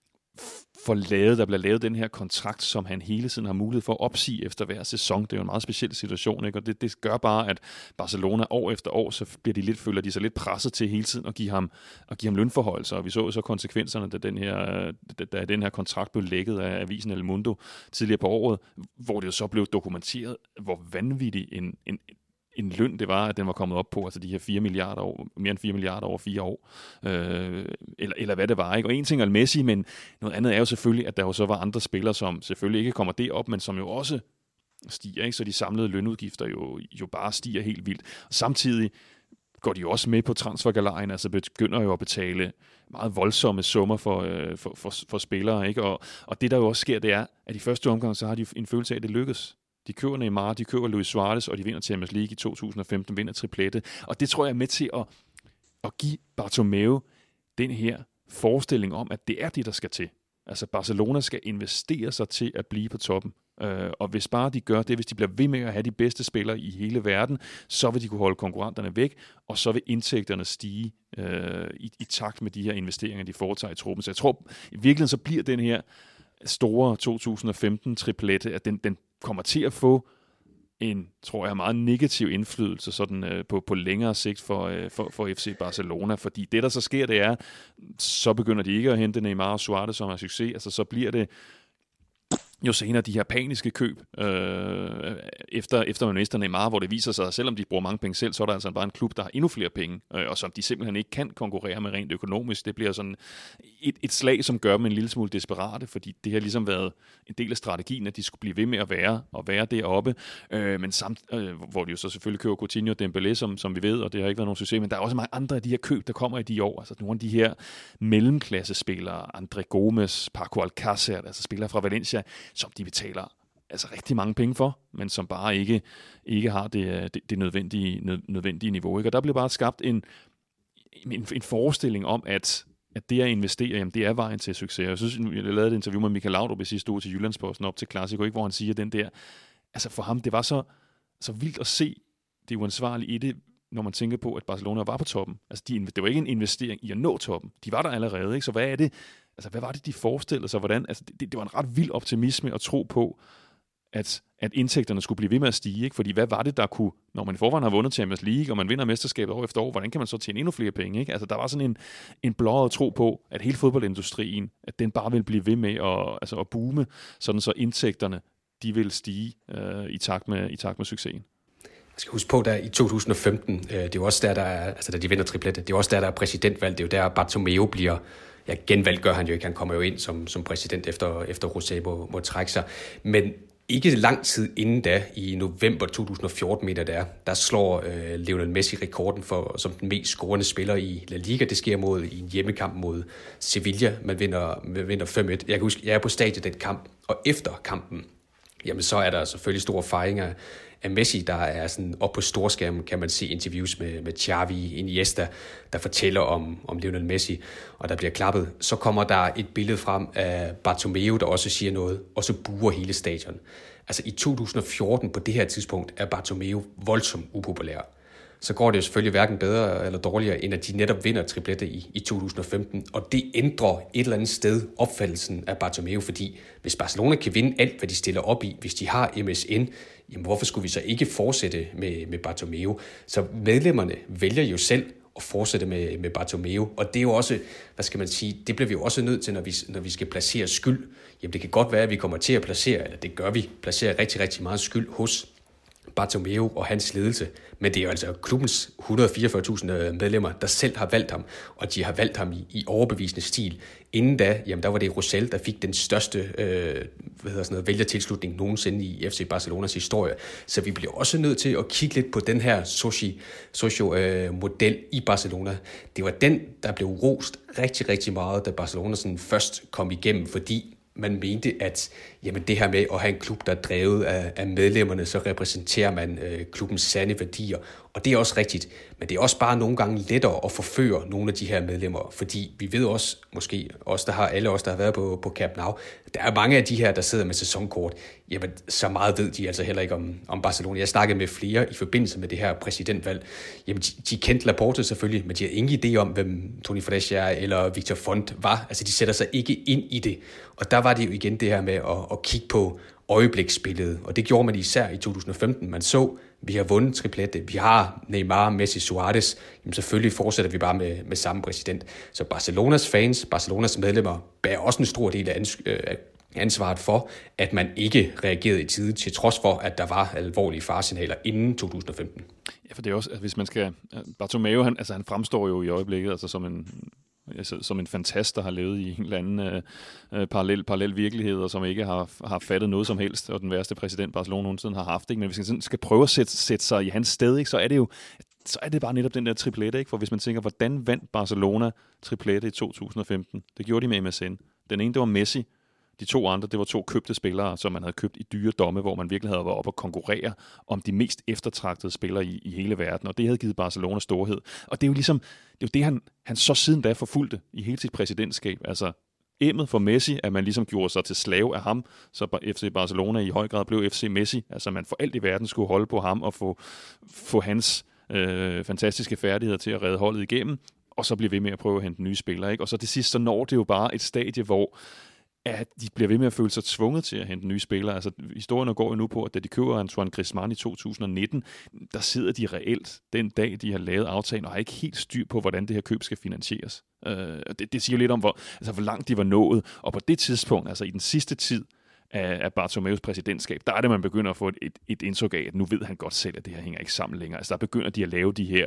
for lavet, der bliver lavet den her kontrakt, som han hele tiden har mulighed for at opsige efter hver sæson. Det er jo en meget speciel situation, ikke? Og det, det gør bare, at Barcelona år efter år, så bliver de lidt, føler de sig lidt presset til hele tiden at give ham, at give ham lønforholdelser. Og vi så så konsekvenserne, da den her, da den her kontrakt blev lækket af avisen El Mundo tidligere på året, hvor det jo så blev dokumenteret, hvor vanvittig en, en en løn, det var, at den var kommet op på, altså de her fire milliarder over, mere end fire milliarder over fire år, øh, eller, eller hvad det var, ikke? Og en ting er Messi, men noget andet er jo selvfølgelig, at der jo så var andre spillere, som selvfølgelig ikke kommer derop, men som jo også stiger, ikke? Så de samlede lønudgifter jo, jo bare stiger helt vildt. Og samtidig går de jo også med på transfergalejen, altså begynder jo at betale meget voldsomme summer for, øh, for, for, for spillere, ikke? Og, og det der jo også sker, det er, at i første omgang, så har de en følelse af, at det lykkes. De køber Neymar, de køber Luis Suarez, og de vinder Champions League i to tusind og femten, vinder triplette. Og det tror jeg er med til at, at give Bartomeu den her forestilling om, at det er det, der skal til. Altså Barcelona skal investere sig til at blive på toppen. Øh, og hvis bare de gør det, hvis de bliver ved med at have de bedste spillere i hele verden, så vil de kunne holde konkurrenterne væk, og så vil indtægterne stige øh, i, i takt med de her investeringer, de foretager i truppen. Så jeg tror, i virkeligheden så bliver den her store to tusind og femten triplette, at den, den kommer til at få en, tror jeg, meget negativ indflydelse sådan, øh, på, på længere sigt for, øh, for, for F C Barcelona, fordi det, der så sker, det er, så begynder de ikke at hente Neymar og Suarez, som er succes, altså så bliver det jo senere de her paniske køb øh, efter, efter man mister Neymar, hvor det viser sig, at selvom de bruger mange penge selv, så er der altså bare en klub, der har endnu flere penge, øh, og som de simpelthen ikke kan konkurrere med rent økonomisk. Det bliver sådan et, et slag, som gør dem en lille smule desperate, fordi det har ligesom været en del af strategien, at de skulle blive ved med at være, og være deroppe, øh, men samt, øh, hvor de jo så selvfølgelig køber Coutinho og Dembélé, som, som vi ved, og det har ikke været nogen succes, men der er også mange andre af de her køb, der kommer i de år, altså nogle af de her mellemklassespillere, André Gomes, Paco Alcácer, altså spillere fra Valencia, som de betaler altså rigtig mange penge for, men som bare ikke, ikke har det, det, det nødvendige, nødvendige niveau. Ikke? Og der bliver bare skabt en, en, en forestilling om, at, at det at investere, jamen, det er vejen til succes. Jeg synes, jeg lavede et interview med Michael Laudrup i sidste uge til Jyllandsposten op til Classico, ikke? Hvor han siger den der, altså for ham, det var så, så vildt at se det uansvarlige i det, når man tænker på, at Barcelona var på toppen. Altså, de, det var ikke en investering i at nå toppen. De var der allerede, ikke? Så hvad er det, altså, hvad var det, de forestillede sig? Hvordan? Altså, det, det var en ret vild optimisme at tro på, at, at indtægterne skulle blive ved med at stige. Ikke? Fordi hvad var det, der kunne, når man i forvejen har vundet Champions League, og man vinder mesterskabet år efter år, hvordan kan man så tjene endnu flere penge? Ikke? Altså, der var sådan en, en blåret tro på, at hele fodboldindustrien, at den bare ville blive ved med at, altså, at boome, sådan så indtægterne, de vil stige øh, i, takt med, i takt med succesen. Jeg skal huske på, der i to tusind og femten, øh, det er jo også der, der er, altså da de vinder triplette, det er også der, der er præsidentvalg, det er jo der, Bartomeu bliver, ja, genvalg gør han jo ikke, han kommer jo ind som, som præsident, efter, efter José må, må trække sig, men ikke lang tid inden da, i november to tusind og fjorten, mener det er, der slår øh, Lionel Messi rekorden for, som den mest scorende spiller i La Liga. Det sker mod, i en hjemmekamp mod Sevilla. Man vinder, man vinder fem et. Jeg kan huske, jeg er på stadion den kamp, og efter kampen, jamen så er der selvfølgelig store fejringer af Messi, der er sådan op på storskærmen, kan man se interviews med, med Xavi, Iniesta, der fortæller om, om Lionel Messi, og der bliver klappet. Så kommer der et billede frem af Bartomeu, der også siger noget, og så buer hele stadion. Altså i to tusind og fjorten, på det her tidspunkt, er Bartomeu voldsomt upopulær. Så går det jo selvfølgelig hverken bedre eller dårligere, end at de netop vinder triplette i, i to tusind og femten. Og det ændrer et eller andet sted opfattelsen af Bartomeu, fordi hvis Barcelona kan vinde alt, hvad de stiller op i, hvis de har M S N, jamen hvorfor skulle vi så ikke fortsætte med, med Bartomeu? Så medlemmerne vælger jo selv at fortsætte med, med Bartomeu, og det er jo også, hvad skal man sige, det bliver vi jo også nødt til, når vi, når vi skal placere skyld. Jamen det kan godt være, at vi kommer til at placere, eller det gør vi, placere rigtig, rigtig meget skyld hos Bartomeu og hans ledelse, men det er jo altså klubbens et hundrede og fireogfyrre tusind medlemmer, der selv har valgt ham, og de har valgt ham i, i overbevisende stil. Inden da, jamen der var det Rosell, der fik den største øh, hvad hedder sådan noget, vælgertilslutning nogensinde i F C Barcelonas historie. Så vi bliver også nødt til at kigge lidt på den her socio-model øh, i Barcelona. Det var den, der blev rost rigtig, rigtig meget, da Barcelona sådan først kom igennem, fordi man mente, at jamen, det her med at have en klub, der er drevet af, af medlemmerne, så repræsenterer man øh, klubbens sande værdier. Og det er også rigtigt, men det er også bare nogle gange lettere at forføre nogle af de her medlemmer, fordi vi ved også, måske os, der har, alle os, der har været på, på Camp Nou, der er mange af de her, der sidder med sæsonkort. Jamen, så meget ved de altså heller ikke om, om Barcelona. Jeg snakkede med flere i forbindelse med det her præsidentvalg. Jamen, de, de kendte Laporte selvfølgelig, men de havde ingen idé om, hvem Toni Freixa eller Victor Font var. Altså, de sætter sig ikke ind i det. Og der var det jo igen det her med at, at kigge på øjebliksbilledet, og det gjorde man især i to tusind og femten. Man så, vi har vundet triplette, vi har Neymar, Messi, Suarez, jamen selvfølgelig fortsætter vi bare med, med samme præsident. Så Barcelonas fans, Barcelonas medlemmer, bærer også en stor del af ansvaret for, at man ikke reagerede i tide, til trods for, at der var alvorlige faresignaler inden to tusind og femten. Ja, for det er også, at hvis man skal... Bartomeu, han, altså han fremstår jo i øjeblikket altså som en... som en fantast, der har levet i en eller anden øh, parallel, parallel virkelighed, og som ikke har, har fattet noget som helst, og den værste præsident Barcelona nogensinde har haft. Ikke? Men hvis man skal prøve at sætte, sætte sig i hans sted, ikke? Så er det jo så er det bare netop den der triplette. Ikke? For hvis man tænker, hvordan vandt Barcelona triplette i to tusind og femten? Det gjorde de med M S N. Den ene, det var Messi. De to andre, det var to købte spillere, som man havde købt i dyre domme, hvor man virkelig havde været oppe og konkurrere om de mest eftertragtede spillere i, i hele verden, og det havde givet Barcelona storhed. Og det er jo ligesom, det er jo det, han, han så siden da forfulgte i hele sit præsidentskab. Altså, emmet for Messi, at man ligesom gjorde sig til slave af ham, så F C Barcelona i høj grad blev F C Messi. Altså, man for alt i verden skulle holde på ham og få, få hans øh, fantastiske færdigheder til at redde holdet igennem, og så blive ved med at prøve at hente nye spillere. Ikke? Og så til sidst, så når det jo bare et stadie, hvor at de bliver ved med at føle sig tvunget til at hente nye spillere. Altså, historierne går jo nu på, at da de køber Antoine Griezmann i to tusind og nitten, der sidder de reelt den dag, de har lavet aftalen, og har ikke helt styr på, hvordan det her køb skal finansieres. Uh, det, det siger lidt om, hvor, altså, hvor langt de var nået. Og på det tidspunkt, altså i den sidste tid af, af Bartomeus præsidentskab, der er det, man begynder at få et, et, et indtryk af, at nu ved han godt selv, at det her hænger ikke sammen længere. Altså, der begynder de at lave de her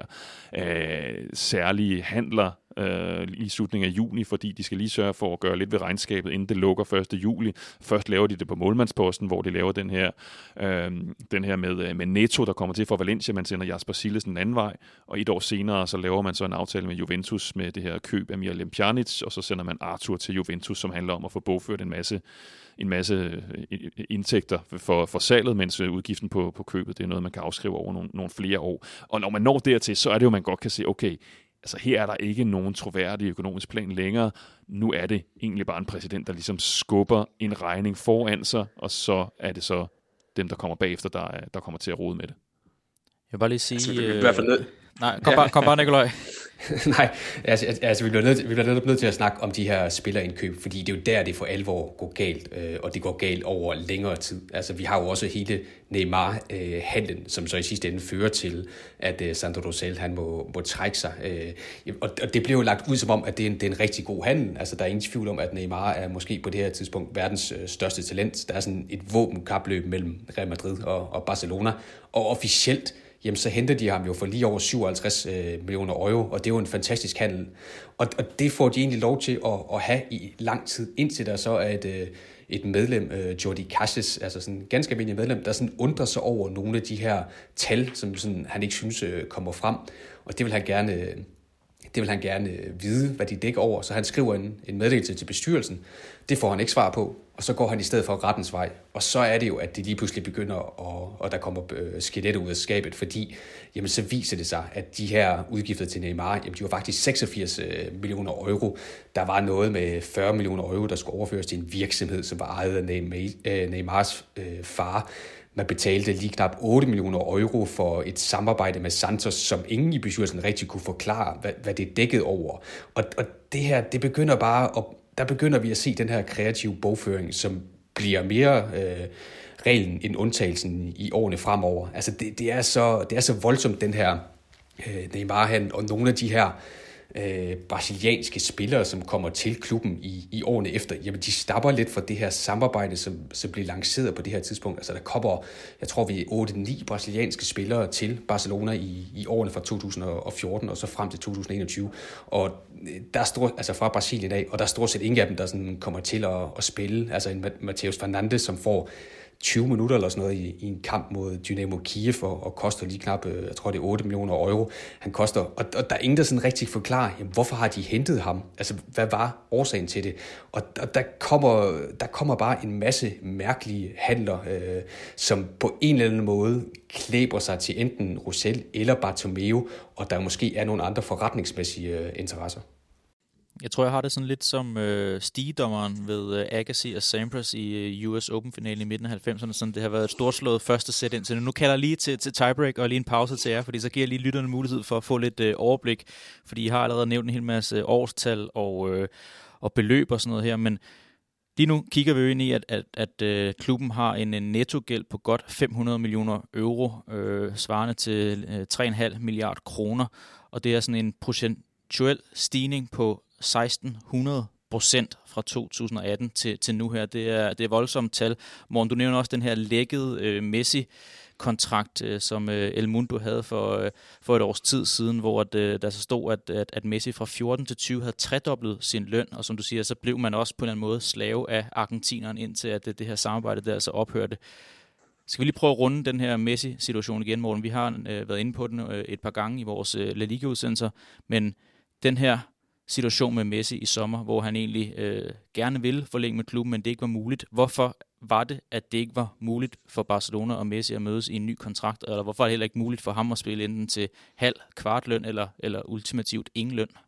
uh, særlige handler øh, i slutningen af juni, fordi de skal lige sørge for at gøre lidt ved regnskabet, inden det lukker første juli. Først laver de det på målmandsposten, hvor de laver den her, øh, den her med, med Neto, der kommer til for Valencia. Man sender Jasper Silles den anden vej, og et år senere, så laver man så en aftale med Juventus med det her køb af Miralem Pjanic, og så sender man Arthur til Juventus, som handler om at få bogført en masse en masse indtægter for, for salget, mens udgiften på, på købet, det er noget, man kan afskrive over nogle, nogle flere år. Og når man når dertil, så er det jo, man godt kan se, okay, altså her er der ikke nogen troværdig økonomisk plan længere. Nu er det egentlig bare en præsident, der ligesom skubber en regning foran sig, og så er det så dem, der kommer bagefter, der, der kommer til at rode med det. Jeg vil bare lige sige... Altså, vi, i hvert fald nød. Nej, kom bare, kom bare Nikolaj. Nej, altså, altså vi bliver nødt vi bliver nødt til at snakke om de her spillerindkøb, fordi det er jo der, det for alvor går galt, øh, og det går galt over længere tid. Altså, vi har jo også hele Neymar-handlen, øh, som så i sidste ende fører til, at øh, Sandro Rosell, han må, må trække sig. Øh, og, og det bliver jo lagt ud som om, at det er en, det er en rigtig god handel. Altså, der er ingen tvivl om, at Neymar er måske på det her tidspunkt verdens øh, største talent. Der er sådan et våbenkapløb mellem Real Madrid og, og Barcelona, og officielt jamen så henter de ham jo for lige over syvoghalvtreds øh, millioner euro, og det er jo en fantastisk handel. Og, og det får de egentlig lov til at, at have i lang tid, indtil der så er et, øh, et medlem, øh, Jordi Cassis, altså sådan en ganske almindelig medlem, der sådan undrer sig over nogle af de her tal, som sådan, han ikke synes øh, kommer frem. Og det vil han gerne... Øh, Det vil han gerne vide, hvad de dækker over, så han skriver en, en meddelelse til bestyrelsen. Det får han ikke svar på, og så går han i stedet for rettens vej. Og så er det jo, at de lige pludselig begynder, at, og der kommer skeletter ud af skabet, fordi jamen, så viser det sig, at de her udgifter til Neymar, jamen, de var faktisk seksogfirs millioner euro. Der var noget med fyrre millioner euro, der skulle overføres til en virksomhed, som var ejet af Neymars øh, far. Man betalte lige knap otte millioner euro for et samarbejde med Santos, som ingen i bestyrelsen rigtig kunne forklare, hvad, hvad det dækkede over. Og, og det her, det begynder bare, at, der begynder vi at se den her kreative bogføring, som bliver mere øh, reglen end undtagelsen i årene fremover. Altså det, det, er, så, det er så voldsomt, den her øh, Neymar-handel, og nogle af de her øh, brasilianske spillere, som kommer til klubben i, i årene efter, jamen de stapper lidt for det her samarbejde, som, som bliver lanceret på det her tidspunkt. Altså der kommer, jeg tror vi otte ni brasilianske spillere til Barcelona i, i årene fra to tusind og fjorten og så frem til to tusind og enogtyve. Og der er stort, altså fra Brasilien af, og der er stort set ingen af dem, der sådan kommer til at, at spille. Altså en Matheus Fernandes, som får tyve minutter eller sådan noget i, i en kamp mod Dynamo Kiev og, og koster lige knap, jeg tror det er otte millioner euro, han koster. Og, og der er ingen, der sådan rigtig forklarer, jamen, hvorfor har de hentet ham? Altså, hvad var årsagen til det? Og, og der, kommer, der kommer bare en masse mærkelige handler, øh, som på en eller anden måde klæber sig til enten Rosell eller Bartomeu, og der måske er nogle andre forretningsmæssige øh, interesser. Jeg tror, jeg har det sådan lidt som øh, stigedommeren ved øh, Agassi og Sampras i øh, U S Open-finalen i midten af halvfemserne. Sådan, det har været et storslået første sæt indtil nu. Nu kalder jeg lige til, til tiebreak og lige en pause til jer, fordi så giver jeg lige lytterne mulighed for at få lidt øh, overblik, fordi I har allerede nævnt en hel masse årstal og, øh, og beløb og sådan noget her, men lige nu kigger vi jo ind i, at, at, at øh, klubben har en, en nettogæld på godt fem hundrede millioner euro, øh, svarende til øh, tre komma fem milliarder kroner, og det er sådan en procentuel stigning på seksten hundrede procent fra to tusind og atten til, til nu her. Det er, det er voldsomt tal. Morten, du nævner også den her lækkede øh, Messi-kontrakt, øh, som øh, El Mundo havde for, øh, for et års tid siden, hvor at, øh, der så stod, at, at, at Messi fra fjorten til tyve havde tredoblet sin løn, og som du siger, så blev man også på en eller anden måde slave af argentineren, indtil at det, det her samarbejde der så ophørte. Skal vi lige prøve at runde den her Messi-situation igen, Morten? Vi har øh, været inde på den øh, et par gange i vores øh, La Liga-udsendelser, men den her situation med Messi i sommer, hvor han egentlig øh, gerne ville forlænge med klubben, men det ikke var muligt. Hvorfor var det, at det ikke var muligt for Barcelona og Messi at mødes i en ny kontrakt, eller hvorfor er det heller ikke muligt for ham at spille enten til halv, kvart løn, eller, eller ultimativt ingen løn?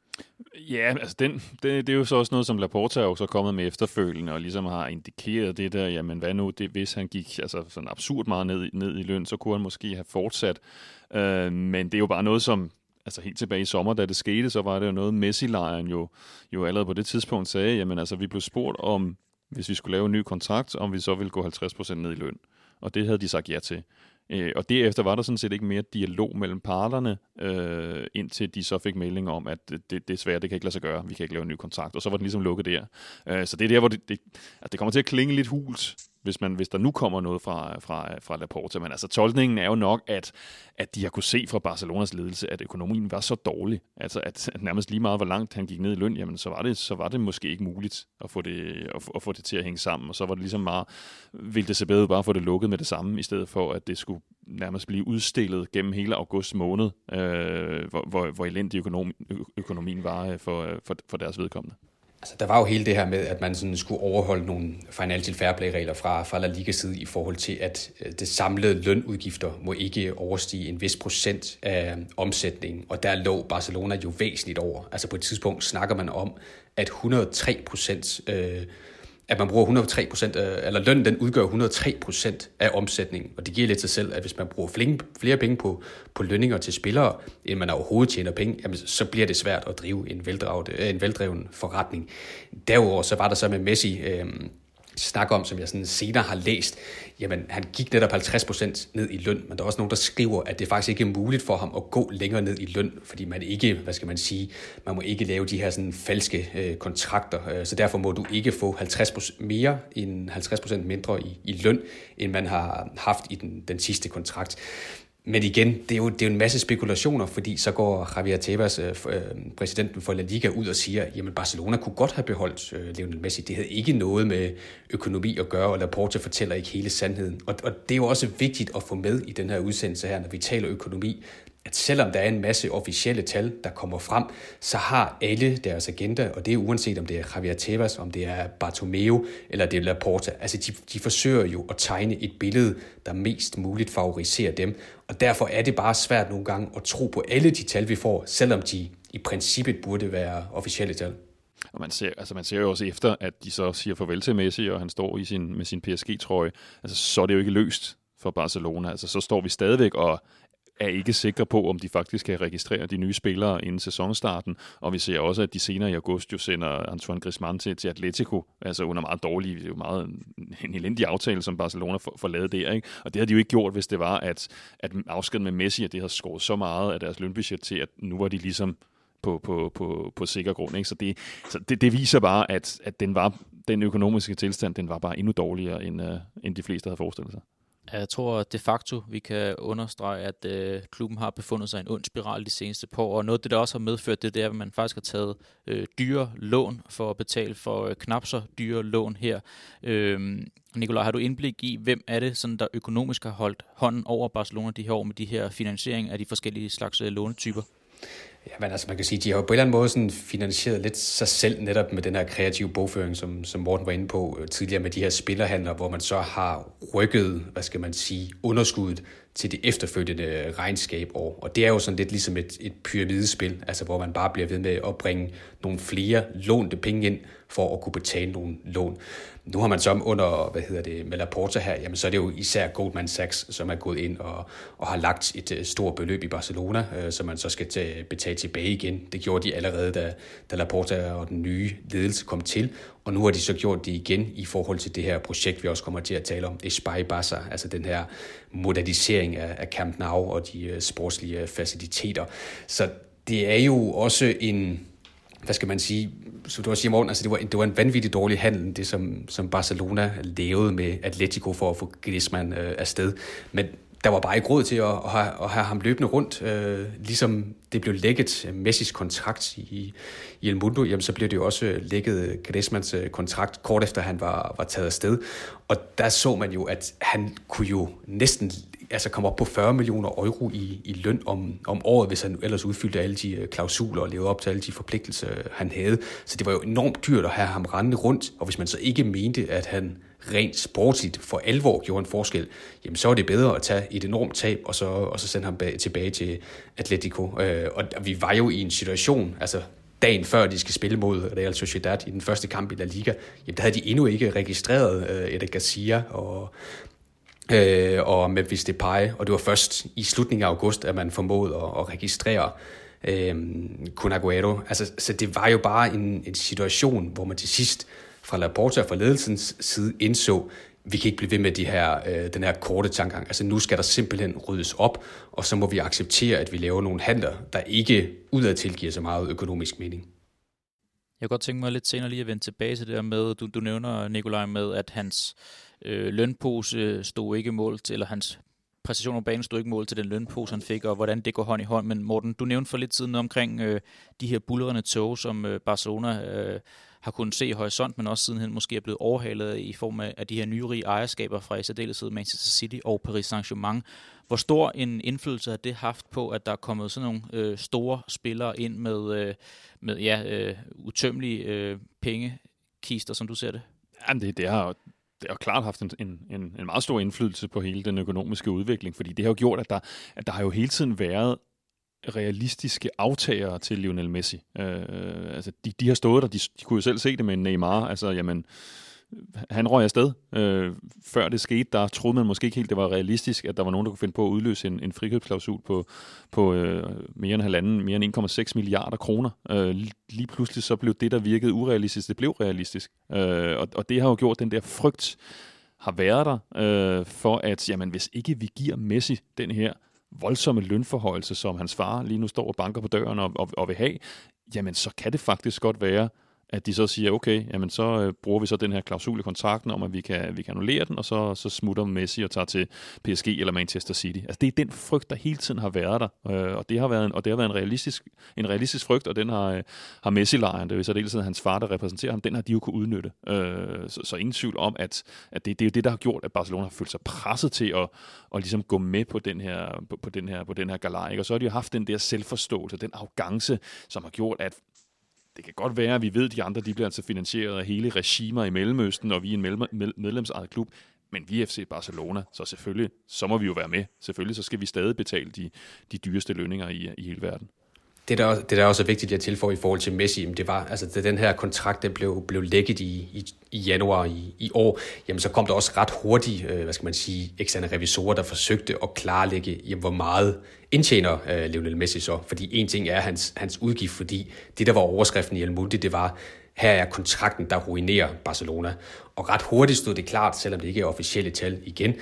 Ja, altså den, det, det er jo så også noget, som Laporta er jo så kommet med efterfølgende, og ligesom har indikeret det der, jamen hvad nu, det, hvis han gik altså sådan absurd meget ned, ned i løn, så kunne han måske have fortsat. Øh, men det er jo bare noget, som altså helt tilbage i sommer, da det skete, så var det jo noget, Messi-lejren jo, jo allerede på det tidspunkt sagde, jamen altså vi blev spurgt om, hvis vi skulle lave en ny kontrakt, om vi så ville gå halvtreds procent ned i løn. Og det havde de sagt ja til. Øh, og derefter var der sådan set ikke mere dialog mellem parterne, øh, indtil de så fik melding om, at det, desværre, det kan ikke lade sig gøre, vi kan ikke lave en ny kontrakt. Og så var den ligesom lukket der. Øh, så det er der, hvor det, det, at det kommer til at klinge lidt hult, hvis, man, hvis der nu kommer noget fra, fra, fra Laporta. Men altså tolkningen er jo nok, at, at de har kunne se fra Barcelonas ledelse, at økonomien var så dårlig. Altså at, at nærmest lige meget, hvor langt han gik ned i løn, jamen så var det, så var det måske ikke muligt at få det, at, at få det til at hænge sammen. Og så var det ligesom meget, ville det se bedre bare at få det lukket med det samme, i stedet for at det skulle nærmest blive udstillet gennem hele august måned, øh, hvor, hvor, hvor elendig økonomi, økonomien var for, for, for deres vedkommende. Altså, der var jo hele det her med, at man sådan skulle overholde nogle financial fair play-regler fra, fra La Ligas side i forhold til, at det samlede lønudgifter må ikke overstige en vis procent af omsætningen, og der lå Barcelona jo væsentligt over. Altså på et tidspunkt snakker man om, at hundrede og tre procent øh, at man bruger hundrede og tre procent, eller lønnen den udgør hundrede og tre procent af omsætningen, og det giver lidt sig selv, at hvis man bruger flere, flere penge på, på lønninger til spillere, end man overhovedet tjener penge, jamen, så bliver det svært at drive en, en veldreven forretning. Derudover så var der så med Messi øh, snak om, som jeg sådan senere har læst, jamen han gik netop halvtreds procent ned i løn, men der er også nogen, der skriver, at det faktisk ikke er muligt for ham at gå længere ned i løn, fordi man ikke, hvad skal man sige, man må ikke lave de her sådan falske øh, kontrakter, så derfor må du ikke få halvtreds procent mere end halvtreds procent mindre i, i løn, end man har haft i den, den sidste kontrakt. Men igen, det er, jo, det er jo en masse spekulationer, fordi så går Javier Tebas, øh, præsidenten for La Liga, ud og siger, jamen Barcelona kunne godt have beholdt øh, Lionel Messi. Det havde ikke noget med økonomi at gøre, og Laporta fortæller ikke hele sandheden. Og, og det er jo også vigtigt at få med i den her udsendelse her, når vi taler økonomi, at selvom der er en masse officielle tal, der kommer frem, så har alle deres agenda, og det er uanset om det er Javier Tebas, om det er Bartomeu eller det er Laporta. Altså de, de forsøger jo at tegne et billede, der mest muligt favoriserer dem, og derfor er det bare svært nogle gange at tro på alle de tal, vi får, selvom de i princippet burde være officielle tal. Og man ser, altså man ser jo også efter, at de så siger farvel til Messi, og han står i sin, med sin P S G-trøje, altså så er det jo ikke løst for Barcelona. Altså så står vi stadigvæk og er ikke sikre på, om de faktisk kan registrere de nye spillere inden sæsonstarten. Og vi ser også, at de senere i august jo sender Antoine Griezmann til, til Atletico, altså under meget dårlig, det er jo meget en elendig aftale, som Barcelona får, får lavet der, ikke? Og det havde de jo ikke gjort, hvis det var, at, at afskeden med Messi, at det havde skåret så meget af deres lønbudget til, at nu var de ligesom på, på, på, på sikker grund. Ikke? Så, det, så det, det viser bare, at, at den, var, den økonomiske tilstand, den var bare endnu dårligere, end, uh, end de fleste havde forestillet sig. Jeg tror de facto, vi kan understrege, at øh, klubben har befundet sig i en ond spiral de seneste par år, og noget af det, der også har medført det, det er, at man faktisk har taget øh, dyre lån for at betale for øh, knap så dyre lån her. Øh, Nikolaj, har du indblik i, hvem er det, sådan, der økonomisk har holdt hånden over Barcelona de her år med de her finansiering af de forskellige slags øh, lånetyper? Ja, men altså man kan sige, de har jo på en eller anden måde sådan finansieret lidt sig selv netop med den her kreative bogføring, som, som Morten var inde på tidligere med de her spillerhandler, hvor man så har rykket, hvad skal man sige, underskuddet til det efterfølgende regnskabår. Og det er jo sådan lidt ligesom et, et pyramidespil, altså hvor man bare bliver ved med at bringe nogle flere lånte penge ind for at kunne betale nogle lån. Nu har man så under, hvad hedder det, med Laporta her, jamen så er det jo især Goldman Sachs, som er gået ind og, og har lagt et uh, stort beløb i Barcelona, uh, som man så skal tage, betale tilbage igen. Det gjorde de allerede, da, da Laporta og den nye ledelse kom til, og nu har de så gjort det igen i forhold til det her projekt, vi også kommer til at tale om, Espai Barça, altså den her modernisering af, af Camp Nou og de uh, sportslige faciliteter. Så det er jo også en, hvad skal man sige, som du også siger, Morten, altså det var, det var en vanvittig dårlig handel, det som, som Barcelona lavede med Atletico for at få Griezmann øh, afsted. Men der var bare ikke råd til at, at, have, at have ham løbende rundt. Øh, ligesom det blev lækket Messis kontrakt i, i El Mundo, jamen så blev det jo også lækket Griezmanns kontrakt kort efter han var, var taget afsted. Og der så man jo, at han kunne jo næsten altså komme op på fyrre millioner euro i, i løn om, om året, hvis han ellers udfyldte alle de klausuler og levede op til alle de forpligtelser, han havde. Så det var jo enormt dyrt at have ham rendende rundt, og hvis man så ikke mente, at han rent sportsligt for alvor gjorde en forskel, jamen så var det bedre at tage et enormt tab, og så, og så sende ham bag, tilbage til Atletico. Øh, og vi var jo i en situation, altså dagen før de skal spille mod Real Sociedad i den første kamp i La Liga, jamen der havde de endnu ikke registreret øh, Eder Garcia og Øh, og Memphis Depay, og det var først i slutningen af august, at man formåede at, at registrere øh, Kun Agüero. Altså, så det var jo bare en, en situation, hvor man til sidst fra Laporta og fra ledelsens side indså, vi kan ikke blive ved med de her, øh, den her korte tankegang. Altså nu skal der simpelthen ryddes op, og så må vi acceptere, at vi laver nogle handler, der ikke udadtil giver så meget økonomisk mening. Jeg kunne godt tænke mig lidt senere lige at vende tilbage til det der med, du, du nævner, Nikolaj, med at hans øh, lønpose stod ikke mål til, eller hans præcision på banen stod ikke mål til den lønpose, han fik, og hvordan det går hånd i hånd. Men Morten, du nævnte for lidt siden noget omkring øh, de her bullerende tog, som øh, Barcelona øh, har kunnet se i horisont, men også sidenhen måske er blevet overhalet i form af, af de her nye rige ejerskaber fra i særdeleshed Manchester City og Paris Saint-Germain. Hvor stor en indflydelse har det haft på, at der er kommet sådan nogle øh, store spillere ind med, øh, med ja, øh, utømmelige øh, pengekister, som du ser det? Jamen det, det har det har klart haft en, en, en meget stor indflydelse på hele den økonomiske udvikling, fordi det har jo gjort, at der, at der har jo hele tiden været realistiske aftagere til Lionel Messi. Øh, altså de, de har stået der, de, de kunne jo selv se det med Neymar, altså jamen, han røg afsted. Øh, før det skete, der troede man måske ikke helt, det var realistisk, at der var nogen, der kunne finde på at udløse en, en frikøbsklausul på, på øh, mere end halvanden, mere end en komma seks milliarder kroner. Øh, lige pludselig så blev det, der virkede urealistisk, det blev realistisk. Øh, og, og det har jo gjort, den der frygt har været der, øh, for at, jamen, hvis ikke vi giver Messi den her voldsomme lønforhøjelse, som hans far lige nu står og banker på døren og, og, og vil have, jamen så kan det faktisk godt være, at de så siger, okay, jamen så øh, bruger vi så den her klausul i kontrakten om, at vi kan, vi kan annullere den, og så, så smutter Messi og tager til P S G eller Manchester City. Altså det er den frygt, der hele tiden har været der, øh, og det har været en, og det har været en realistisk, en realistisk frygt, og den har, øh, har Messi-lejren, det er jo så det hele hans far, der repræsenterer ham, den har de jo kunne udnytte. Øh, så, så ingen tvivl om, at, at det, det er jo det, der har gjort, at Barcelona har følt sig presset til at, at ligesom gå med på den her, på, på den her, på den her galej, og så har de jo haft den der selvforståelse, den arrogance, som har gjort, at det kan godt være, at vi ved, at de andre de bliver altså finansieret af hele regimer i Mellemøsten, og vi er en medlemsejet klub, men vi er F C Barcelona, så selvfølgelig, så må vi jo være med. Selvfølgelig, så skal vi stadig betale de, de dyreste lønninger i, i hele verden. Det der, det der også er vigtigt at tilføje i forhold til Messi, det var, altså da den her kontrakt den blev, blev lækket i, i, i januar i, i år, jamen så kom der også ret hurtigt, øh, hvad skal man sige, eksterne revisorer, der forsøgte at klarlægge, jamen, hvor meget indtjener øh, Lionel Messi så. Fordi en ting er hans, hans udgift, fordi det der var overskriften i El Mundo, det var, her er kontrakten, der ruinerer Barcelona. Og ret hurtigt stod det klart, selvom det ikke er officielle tal igen,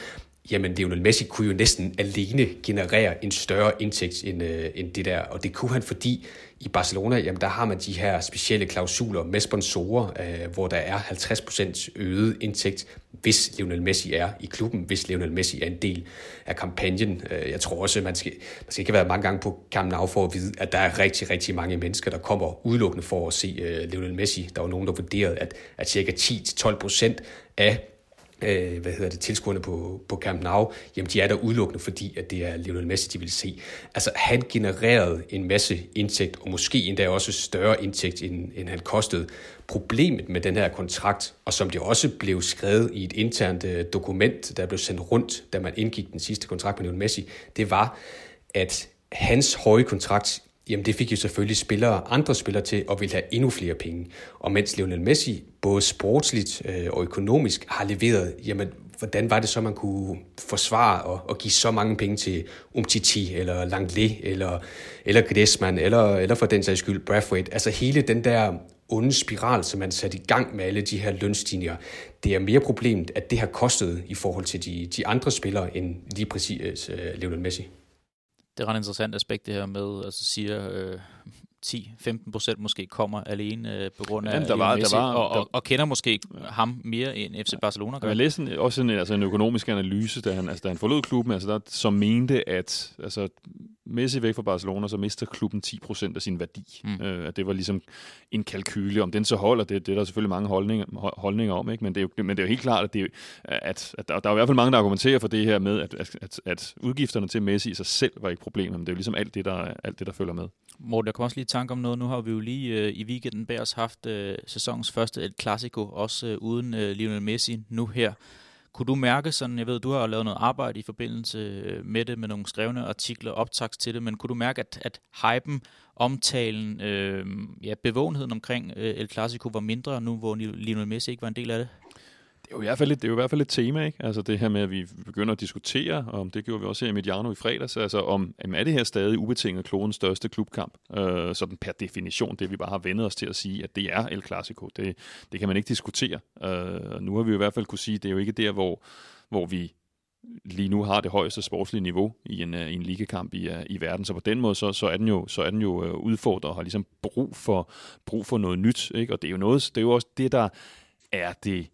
jamen Lionel Messi kunne jo næsten alene generere en større indtægt end, øh, end det der, og det kunne han, fordi i Barcelona, jamen der har man de her specielle klausuler med sponsorer, øh, hvor der er halvtreds procent øget indtægt, hvis Lionel Messi er i klubben, hvis Lionel Messi er en del af kampagnen. Øh, jeg tror også, man skal, man skal ikke være mange gange på Camp Nou for at vide, at der er rigtig, rigtig mange mennesker, der kommer udelukkende for at se øh, Lionel Messi. Der var nogen, der vurderede, at, at cirka ti til tolv procent af Øh, hvad hedder det, tilskuerne på, på Camp Nou, jamen de er der udelukkende, fordi at det er Lionel Messi, de vil se. Altså han genererede en masse indtægt, og måske endda også større indtægt, end, end han kostede. Problemet med den her kontrakt, og som det også blev skrevet i et internt øh, dokument, der blev sendt rundt, da man indgik den sidste kontrakt med Lionel Messi, det var, at hans høje kontrakt, jamen det fik jo selvfølgelig spillere, andre spillere til at ville have endnu flere penge. Og mens Lionel Messi både sportsligt øh, og økonomisk har leveret, jamen hvordan var det så, man kunne forsvare og, og give så mange penge til Umtiti, eller Langley, eller, eller Griezmann, eller, eller for den sags skyld Braithwaite. Altså hele den der onde spiral, som man satte i gang med alle de her lønstigninger, det er mere problemet, at det har kostet i forhold til de, de andre spillere, end lige præcis øh, Lionel Messi. Det er ret interessant aspekt det her med, altså siger øh, ti til femten procent måske kommer alene øh, på grund af der var, Messi, der var, og, og, der, og kender måske ja. ham mere end F C Barcelona gør. Jeg læste en, også en, altså en økonomisk analyse, da han, altså, da han forlod klubben, altså der, som mente, at altså, Messi væk fra Barcelona, så mister klubben ti procent af sin værdi. Mm. Øh, at det var ligesom en kalkyle. Om den så holder, det, det er der selvfølgelig mange holdninger, holdninger om, ikke? Men, det er jo, men det er jo helt klart, at, det, at, at der, der er i hvert fald mange, der argumenterer for det her med, at, at, at, at udgifterne til Messi i sig selv var ikke problemet, men det er jo ligesom alt det, der, alt det, der følger med. Morten, jeg kommer også lige i tanke om noget. Nu har vi jo lige øh, i weekenden bag os haft øh, sæsonens første El Clasico, også øh, uden øh, Lionel Messi nu her. Kunne du mærke sådan, jeg ved, du har lavet noget arbejde i forbindelse med det, med nogle skrevne artikler, optaks til det, men kunne du mærke, at, at hypen, omtalen, øh, ja, bevågenheden omkring øh, El Clasico var mindre nu, hvor Lionel Messi ikke var en del af det? Det er jo i hvert fald et, det er jo i hvert fald et tema, ikke? Altså det her med, at vi begynder at diskutere, og det gjorde vi også her i Mediano i fredags, altså om er det her stadig ubetinget klodens største klubkamp, øh, sådan per definition, det vi bare har vendet os til at sige, at det er El Clasico, det, det kan man ikke diskutere. Øh, nu har vi i hvert fald kunne sige, at det er jo ikke der, hvor, hvor vi lige nu har det højeste sportslige niveau i en, i en ligakamp i, i verden, så på den måde, så, så er den jo, så er den jo udfordret og har ligesom brug for, brug for noget nyt, ikke? Og det er jo noget, det er jo også det, der er det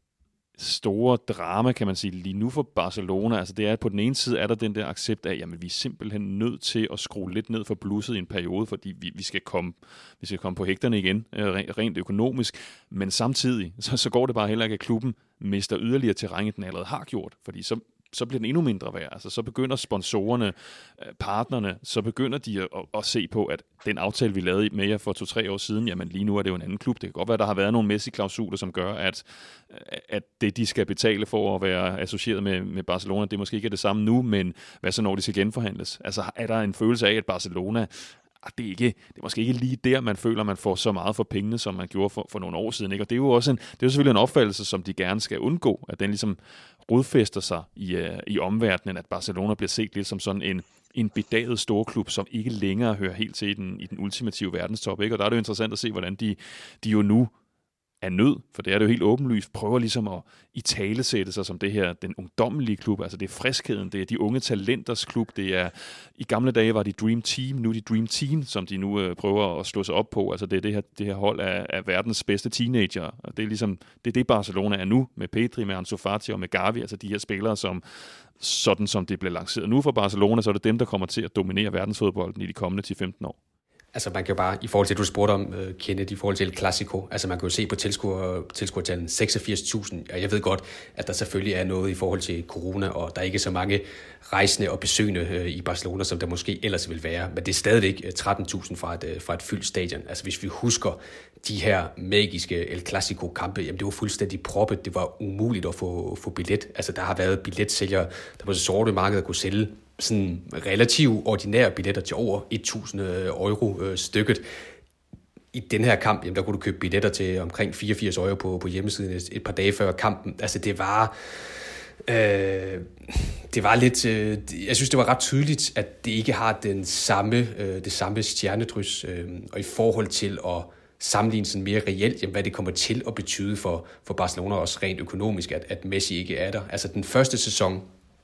store drama, kan man sige, lige nu for Barcelona. Altså det er, at på den ene side er der den der accept af, jamen vi er simpelthen nødt til at skrue lidt ned for blusset i en periode, fordi vi, vi, skal, komme, vi skal komme på hægterne igen, rent økonomisk. Men samtidig, så, så går det bare heller ikke, at klubben mister yderligere terræn, end den allerede har gjort. Fordi så så bliver den endnu mindre værd. Altså, så begynder sponsorerne, partnerne, så begynder de at, at se på, at den aftale, vi lavede med jer for to-tre år siden, jamen lige nu er det jo en anden klub. Det kan godt være, at der har været nogle Messi-klausuler, som gør, at, at det, de skal betale for at være associeret med, med Barcelona, det måske ikke er det samme nu, men hvad så, når de skal genforhandles? Altså, er der en følelse af, at Barcelona det er, ikke, det er måske ikke lige der, man føler, at man får så meget for pengene, som man gjorde for, for nogle år siden. Ikke? Og det er jo også en, det er jo selvfølgelig en opfattelse, som de gerne skal undgå, at den ligesom rodfæster sig i, uh, i omverdenen, at Barcelona bliver set lidt som sådan en, en bedaget storklub, som ikke længere hører helt til i den, i den ultimative verdenstop. Ikke? Og der er det jo interessant at se, hvordan de, de jo nu er nød, for det er det jo helt åbenlyst, prøver ligesom at italesætte sig som det her, den ungdommelige klub, altså det er friskheden, det er de unge talenters klub, det er, i gamle dage var de Dream Team, nu er de Dream Team, som de nu øh, prøver at slå sig op på, altså det er det her, det her hold af, af verdens bedste teenager, og det er ligesom, det er det Barcelona er nu, med Pedri, med Ansu Fati og med Gavi, altså de her spillere, som sådan som det bliver lanceret nu for Barcelona, så er det dem, der kommer til at dominere verdensfodbolden i de kommende ti til femten år. Altså man kan jo bare, i forhold til, du spurgte om, uh, Kenneth, i forhold til El Clasico, altså man kan jo se på tilskuer, tilskuertallene seksogfirs tusind, og jeg ved godt, at der selvfølgelig er noget i forhold til corona, og der er ikke så mange rejsende og besøgende uh, i Barcelona, som der måske ellers vil være, men det er stadigvæk tretten tusind fra et, uh, fra et fyldt stadion. Altså hvis vi husker de her magiske El Clasico-kampe, jamen det var fuldstændig proppet, det var umuligt at få, få billet. Altså der har været billetsælgere, der på det sorte marked kunne sælge sådan relativt ordinære billetter til over tusind euro øh, stykket. I den her kamp, jamen, der kunne du købe billetter til omkring fireogfirs euro på, på hjemmesiden et, et par dage før kampen. Altså det var øh, det var lidt øh, jeg synes det var ret tydeligt, at det ikke har den samme, øh, det samme stjernedrys, øh, og i forhold til at sammenligne sådan mere reelt, jamen, hvad det kommer til at betyde for, for Barcelona også rent økonomisk, at, at Messi ikke er der. Altså den første sæson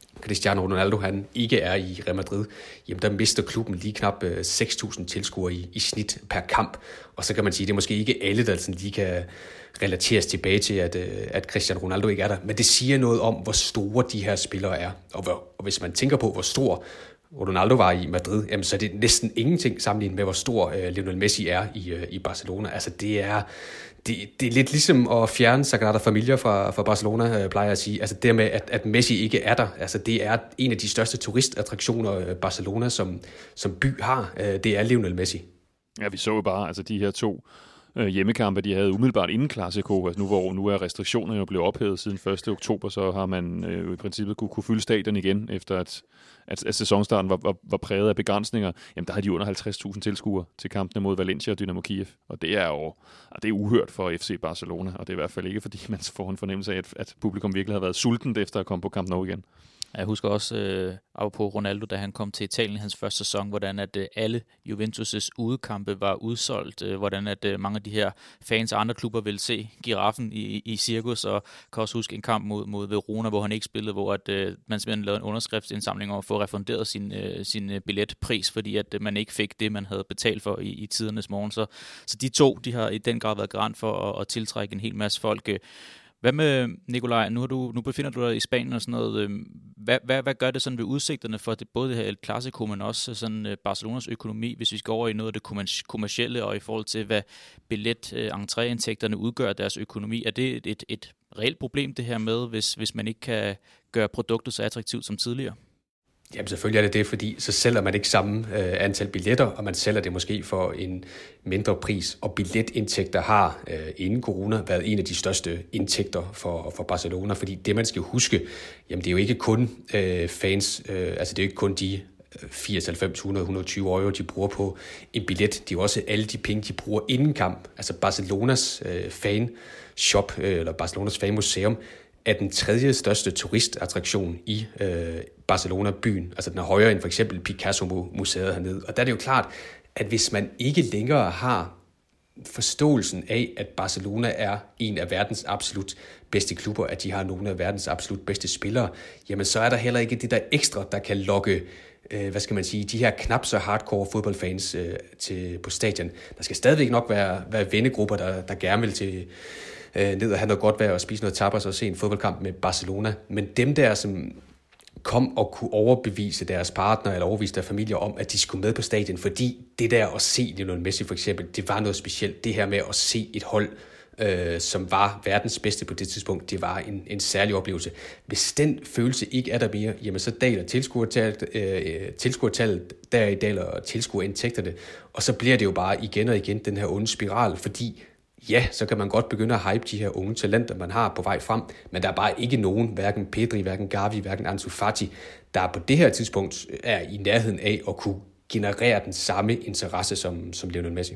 Cristiano Ronaldo han ikke er i Real Madrid, jamen der mister klubben lige knap seks tusind tilskuere i, i snit per kamp. Og så kan man sige, at det er måske ikke alle, der sådan lige kan relateres tilbage til, at, at Cristiano Ronaldo ikke er der. Men det siger noget om, hvor store de her spillere er. Og, hvor, og hvis man tænker på, hvor stor Ronaldo var i Madrid, jamen, så er det næsten ingenting sammenlignet med, hvor stor uh, Lionel Messi er i, uh, i Barcelona. Altså det er... Det, det er lidt ligesom at fjerne Sagrada Familia fra, fra Barcelona, plejer jeg at sige. Altså det med, at, at Messi ikke er der, altså det er en af de største turistattraktioner, Barcelona som, som by har. Det er Lionel Messi. Ja, vi så jo bare altså de her to øh, hjemmekampe, de havde umiddelbart inden Clasico. Altså nu, hvor nu er restriktionerne jo blevet ophævet siden første oktober, så har man øh, i princippet kunne, kunne fylde stadion igen, efter at, at, at sæsonstarten var, var, var præget af begrænsninger. Jamen der har de under halvtreds tusind tilskuere til kampene mod Valencia og Dynamo Kiev. Og det er jo det er uhørt for F C Barcelona, og det er i hvert fald ikke, fordi man får en fornemmelse af, at, at publikum virkelig har været sultent efter at komme på Camp Nou igen. Jeg husker også øh, af på Ronaldo, da han kom til Italien i hans første sæson, hvordan at øh, alle Juventus' udekampe var udsolgt, øh, hvordan at øh, mange af de her fans og andre klubber ville se giraffen i, i cirkus, og kan også huske en kamp mod, mod Verona, hvor han ikke spillede, hvor at, øh, man simpelthen lavede en underskriftsindsamling om at få refunderet sin, øh, sin billetpris, fordi at øh, man ikke fik det, man havde betalt for i, i tidernes morgen. Så, så de to, de har i den grad været garant for at, at tiltrække en hel masse folk. Hvad med, Nikolaj, nu, har du, nu befinder du dig i Spanien og sådan noget. Hvad, hvad, hvad gør det sådan ved udsigterne for det, både det her El Clasico, men også sådan Barcelonas økonomi, hvis vi skal over i noget af det kommercielle, og i forhold til, hvad billet, entréindtægterne udgør deres økonomi? Er det et, et, et reelt problem, det her med, hvis, hvis man ikke kan gøre produktet så attraktivt som tidligere? Jamen selvfølgelig er det det, fordi så sælger man ikke samme øh, antal billetter, og man sælger det måske for en mindre pris. Og billetindtægter har øh, inden corona været en af de største indtægter for, for Barcelona, fordi det man skal huske, jamen det er jo ikke kun øh, fans, øh, altså det er jo ikke kun de firs, halvfems, hundrede, hundrede og tyve euro, de bruger på en billet. Det er jo også alle de penge, de bruger inden kamp. Altså Barcelonas øh, fan-shop, øh, eller Barcelonas fan-museum, er den tredje største turistattraktion i øh, Barcelona-byen. Altså den er højere end for eksempel Picasso-museet hernede. Og der er det jo klart, at hvis man ikke længere har forståelsen af, at Barcelona er en af verdens absolut bedste klubber, at de har nogle af verdens absolut bedste spillere, jamen så er der heller ikke det der ekstra, der kan lokke, øh, hvad skal man sige, de her knap så hardcore fodboldfans øh, til, på stadion. Der skal stadigvæk nok være, være vennegrupper, der, der gerne vil til øh, ned og have noget godt vejr og spise noget tapas og se en fodboldkamp med Barcelona. Men dem der, som kom og kunne overbevise deres partner eller overbevise deres familier om, at de skulle med på stadion, fordi det der at se Lionel Messi for eksempel, det var noget specielt. Det her med at se et hold, øh, som var verdens bedste på det tidspunkt, det var en, en særlig oplevelse. Hvis den følelse ikke er der mere, jamen så daler tilskuertallet, øh, tilskuertallet der daler tilskuerindtægterne, og så bliver det jo bare igen og igen den her onde spiral, fordi ja, så kan man godt begynde at hype de her unge talenter, man har på vej frem, men der er bare ikke nogen, hverken Pedri, hverken Gavi, hverken Ansu Fati, der på det her tidspunkt er i nærheden af at kunne generere den samme interesse som, som Lionel Messi.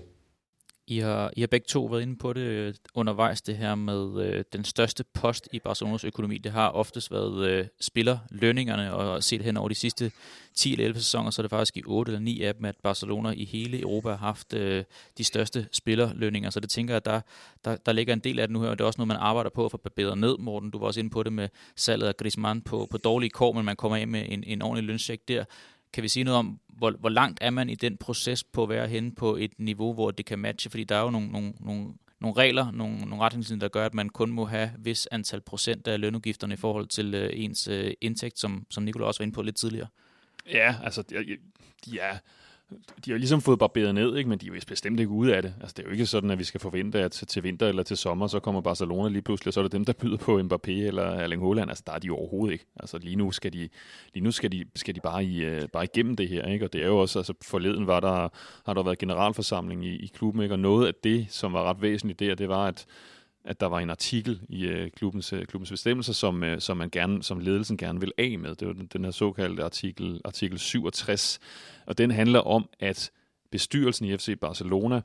I har, I har begge to været inde på det undervejs, det her med øh, den største post i Barcelonas økonomi. Det har oftest været øh, spillerlønningerne, og set hen over de sidste ti eller elleve sæsoner, så er det faktisk i otte eller ni af dem, at Barcelona i hele Europa har haft øh, de største spillerlønninger. Så det tænker jeg, at der, der, der ligger en del af det nu her, og det er også noget, man arbejder på at få bedre ned, Morten. Du var også inde på det med salget af Griezmann på, på dårlige kår, men man kommer af med en, en ordentlig løncheck der. Kan vi sige noget om, hvor, hvor langt er man i den proces på at være henne på et niveau, hvor det kan matche? Fordi der er jo nogle, nogle, nogle, nogle regler, nogle, nogle retningslinjer, der gør, at man kun må have vis antal procent af lønudgifterne i forhold til øh, ens øh, indtægt, som, som Nicolai også var inde på lidt tidligere. Ja, altså, de, de er... De har jo ligesom fået barberet ned, ikke? Men de er jo bestemt ikke ude af det. Altså, det er jo ikke sådan, at vi skal forvente, at til vinter eller til sommer, så kommer Barcelona lige pludselig, og så er det dem, der byder på Mbappé eller Erling Haaland. Altså, der er de jo overhovedet ikke. Altså, lige nu skal de, lige nu skal de, skal de bare, i, uh, bare igennem det her, ikke? Og det er jo også, altså, forleden var der, har der været generalforsamling i, i klubben, ikke? Og noget af det, som var ret væsentligt der, det var, at at der var en artikel i uh, klubbens, uh, klubbens bestemmelser, som, uh, som, man gerne, som ledelsen gerne vil af med. Det var den, den her såkaldte artikel, artikel syvogtres, og den handler om, at bestyrelsen i F C Barcelona,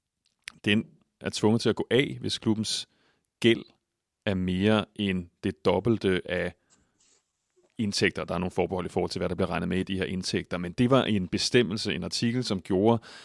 den er tvunget til at gå af, hvis klubbens gæld er mere end det dobbelte af indtægter. Der er nogle forbehold i forhold til, hvad der bliver regnet med i de her indtægter, men det var en bestemmelse, en artikel, som gjorde,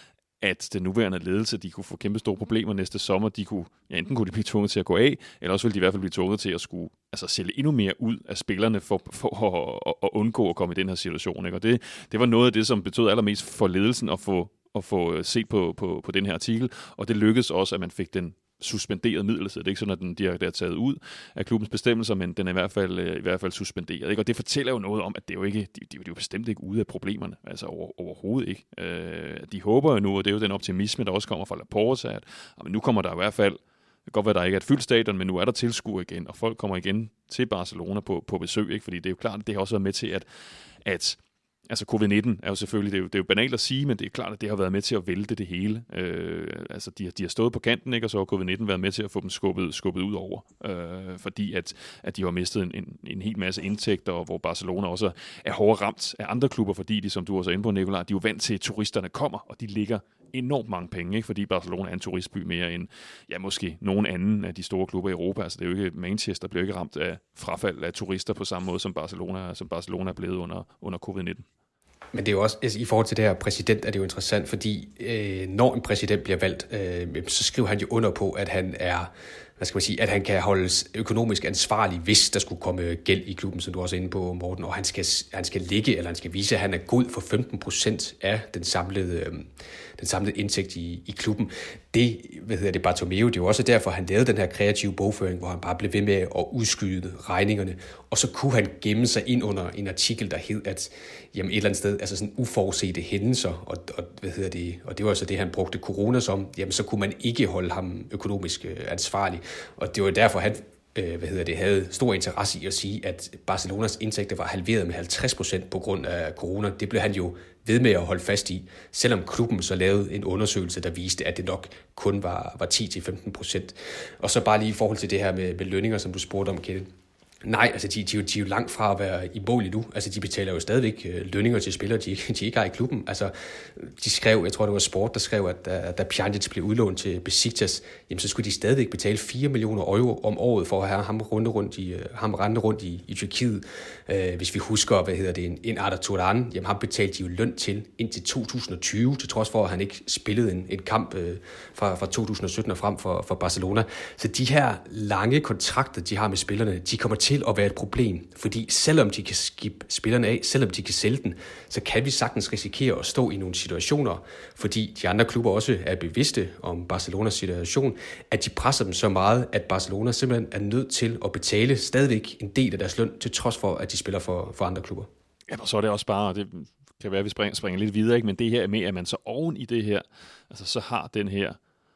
at den nuværende ledelse, de kunne få kæmpe store problemer næste sommer. De kunne, ja, enten kunne de blive tvunget til at gå af, eller også ville de i hvert fald blive tvunget til at skulle altså, sælge endnu mere ud af spillerne for, for at, at, at undgå at komme i den her situation. Ikke? Og det, det var noget af det, som betød allermest for ledelsen at få, at få set på, på, på den her artikel, og det lykkedes også, at man fik den suspenderet midlertidigt. Det er ikke sådan, at den direkte er taget ud af klubbens bestemmelser, men den er i hvert fald, i hvert fald suspenderet. Ikke? Og det fortæller jo noget om, at det er jo ikke, de, de er jo bestemt ikke ude af problemerne. Altså over, overhovedet ikke. Øh, de håber jo nu, og det er jo den optimisme, der også kommer fra Laporta, at jamen, nu kommer der i hvert fald, det kan godt være, at der ikke er et fyldt stadion, men nu er der tilskuere igen, og folk kommer igen til Barcelona på, på besøg, ikke? Fordi det er jo klart, at det har også været med til, at, at altså covid nitten er jo selvfølgelig, det er jo, det er jo banalt at sige, men det er klart, at det har været med til at vælte det hele. Øh, altså de, de har stået på kanten, ikke? Og så har covid nitten været med til at få dem skubbet, skubbet ud over. Øh, fordi at, at de har mistet en, en, en hel masse indtægter, hvor Barcelona også er hårdt ramt af andre klubber, fordi de, som du også er inde på, Nicolaj, de er jo vant til, at turisterne kommer, og de ligger enormt mange penge, ikke? Fordi Barcelona er en turistby mere end ja, måske nogen anden af de store klubber i Europa. Altså det er jo ikke, Manchester bliver ikke ramt af frafald af turister på samme måde, som Barcelona, som Barcelona er blevet under, under covid nitten. Men det er jo også, altså, i forhold til det her præsident, er det jo interessant, fordi øh, når en præsident bliver valgt, øh, så skriver han jo under på, at han er, hvad skal man sige, at han kan holdes økonomisk ansvarlig, hvis der skulle komme gæld i klubben, som du også er inde på, Morten, og han skal, han skal ligge, eller han skal vise, at han er god for femten procent af den samlede, øh, den samlede indtægt i, i klubben. Det, hvad hedder det, Bartomeu, det er jo også derfor, han lavede den her kreative bogføring, hvor han bare blev ved med at udskyde regningerne, og så kunne han gemme sig ind under en artikel, der hed, at jamen et eller andet sted, altså sådan uforudsete hændelser, og, og, hvad hedder det, og det var så det, han brugte corona som, jamen så kunne man ikke holde ham økonomisk øh, ansvarlig. Og det var derfor, han øh, hvad hedder det, havde stor interesse i at sige, at Barcelonas indtægter var halveret med halvtreds procent på grund af corona. Det blev han jo ved med at holde fast i, selvom klubben så lavede en undersøgelse, der viste, at det nok kun var, var ti til femten procent. Og så bare lige i forhold til det her med, med lønninger, som du spurgte om, Kjell. Nej, altså de, de, de er jo langt fra at være i mål endnu. Altså de betaler jo stadigvæk lønninger til spillere, de, de ikke har i klubben. Altså de skrev, jeg tror det var Sport, der skrev, at da, da Pjanic blev udlånt til Besiktas, jamen så skulle de stadigvæk betale fire millioner euro om året for at have ham rundt rundt i, ham rende rundt i, i Tyrkiet. Uh, hvis vi husker, hvad hedder det, en, en Arda Turan, jamen ham betalte de jo løn til indtil to tusind og tyve, til trods for, at han ikke spillede en, en kamp uh, fra, fra to tusind og sytten og frem for, for Barcelona. Så de her lange kontrakter, de har med spillerne, de kommer til at være et problem, fordi selvom de kan skippe spillerne af, selvom de kan sælge den, så kan vi sagtens risikere at stå i nogle situationer, fordi de andre klubber også er bevidste om Barcelonas situation, at de presser dem så meget, at Barcelona simpelthen er nødt til at betale stadigvæk en del af deres løn, til trods for, at de spiller for, for andre klubber. Ja, og så er det også bare, det kan være, at vi springer, springer lidt videre, ikke? Men det her med, at man så oven i det her, altså så har den her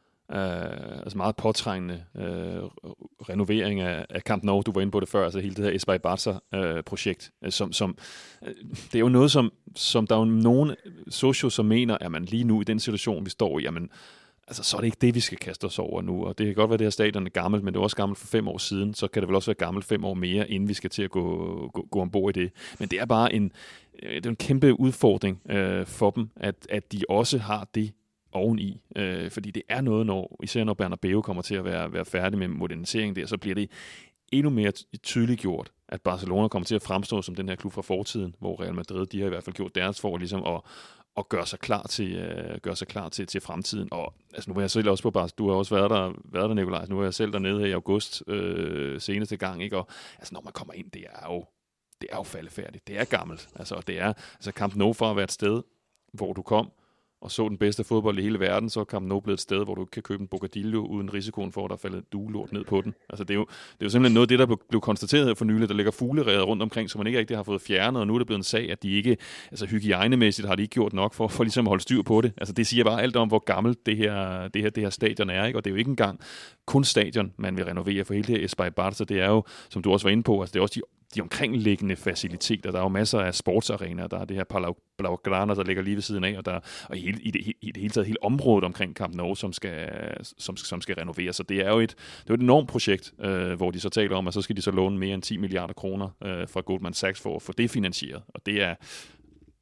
Uh, altså meget påtrængende uh, renovering af, af Camp Nou. Du var inde på det før, altså hele det her Espai Barça-projekt, uh, som, som uh, det er jo noget, som, som der er jo nogen socio, som mener, at man lige nu i den situation, vi står i, jamen, altså, så er det ikke det, vi skal kaste os over nu. Og det kan godt være, at det her stadion er gammelt, men det er også gammelt for fem år siden, så kan det vel også være gammelt fem år mere, inden vi skal til at gå, gå, gå ombord i det. Men det er bare en, det er en kæmpe udfordring uh, for dem, at, at de også har det oveni, øh, fordi det er noget, når, især når Bernabeu kommer til at være, være færdig med modernisering der, så bliver det endnu mere tydeligt gjort, at Barcelona kommer til at fremstå som den her klub fra fortiden, hvor Real Madrid, de har i hvert fald gjort deres for ligesom at, at gøre sig klar til, uh, gøre sig klar til, til fremtiden. Og altså, nu var jeg selv også på Barcelona, du har også været der, været der Nicolaj, nu er jeg selv dernede her i august øh, seneste gang, ikke? Og altså, når man kommer ind, det er jo, det er jo faldefærdigt, det er gammelt, altså, det er, altså Camp Nou for at være et sted, hvor du kom, og så den bedste fodbold i hele verden, så er Camp Nou blevet et sted, hvor du kan købe en Bocadillo uden risikoen for, at der falder duelort ned på den. Altså det er, jo, det er jo simpelthen noget af det, der blev, blev konstateret for nylig. Der ligger fuglereder rundt omkring, som man ikke rigtig har fået fjernet, og nu er det blevet en sag, at de ikke, altså hygiejnemæssigt har de ikke gjort nok for, for ligesom at holde styr på det. Altså det siger bare alt om, hvor gammelt det her, det her, det her stadion er, ikke? Og det er jo ikke engang kun stadion, man vil renovere for hele det her Espai Barça. Det er jo, som du også var inde på, altså det er også de de omkringliggende faciliteter. Der er jo masser af sportsarenaer. Der er det her Palau Blaugrana, der ligger lige ved siden af, og, der, og i, hele, i, det, i det hele taget hele området omkring Camp Nou, som skal, som, som skal renoveres. Så det er jo et, det er et enormt projekt, øh, hvor de så taler om, at så skal de så låne mere end ti milliarder kroner øh, fra Goldman Sachs for at få det finansieret. Og det er,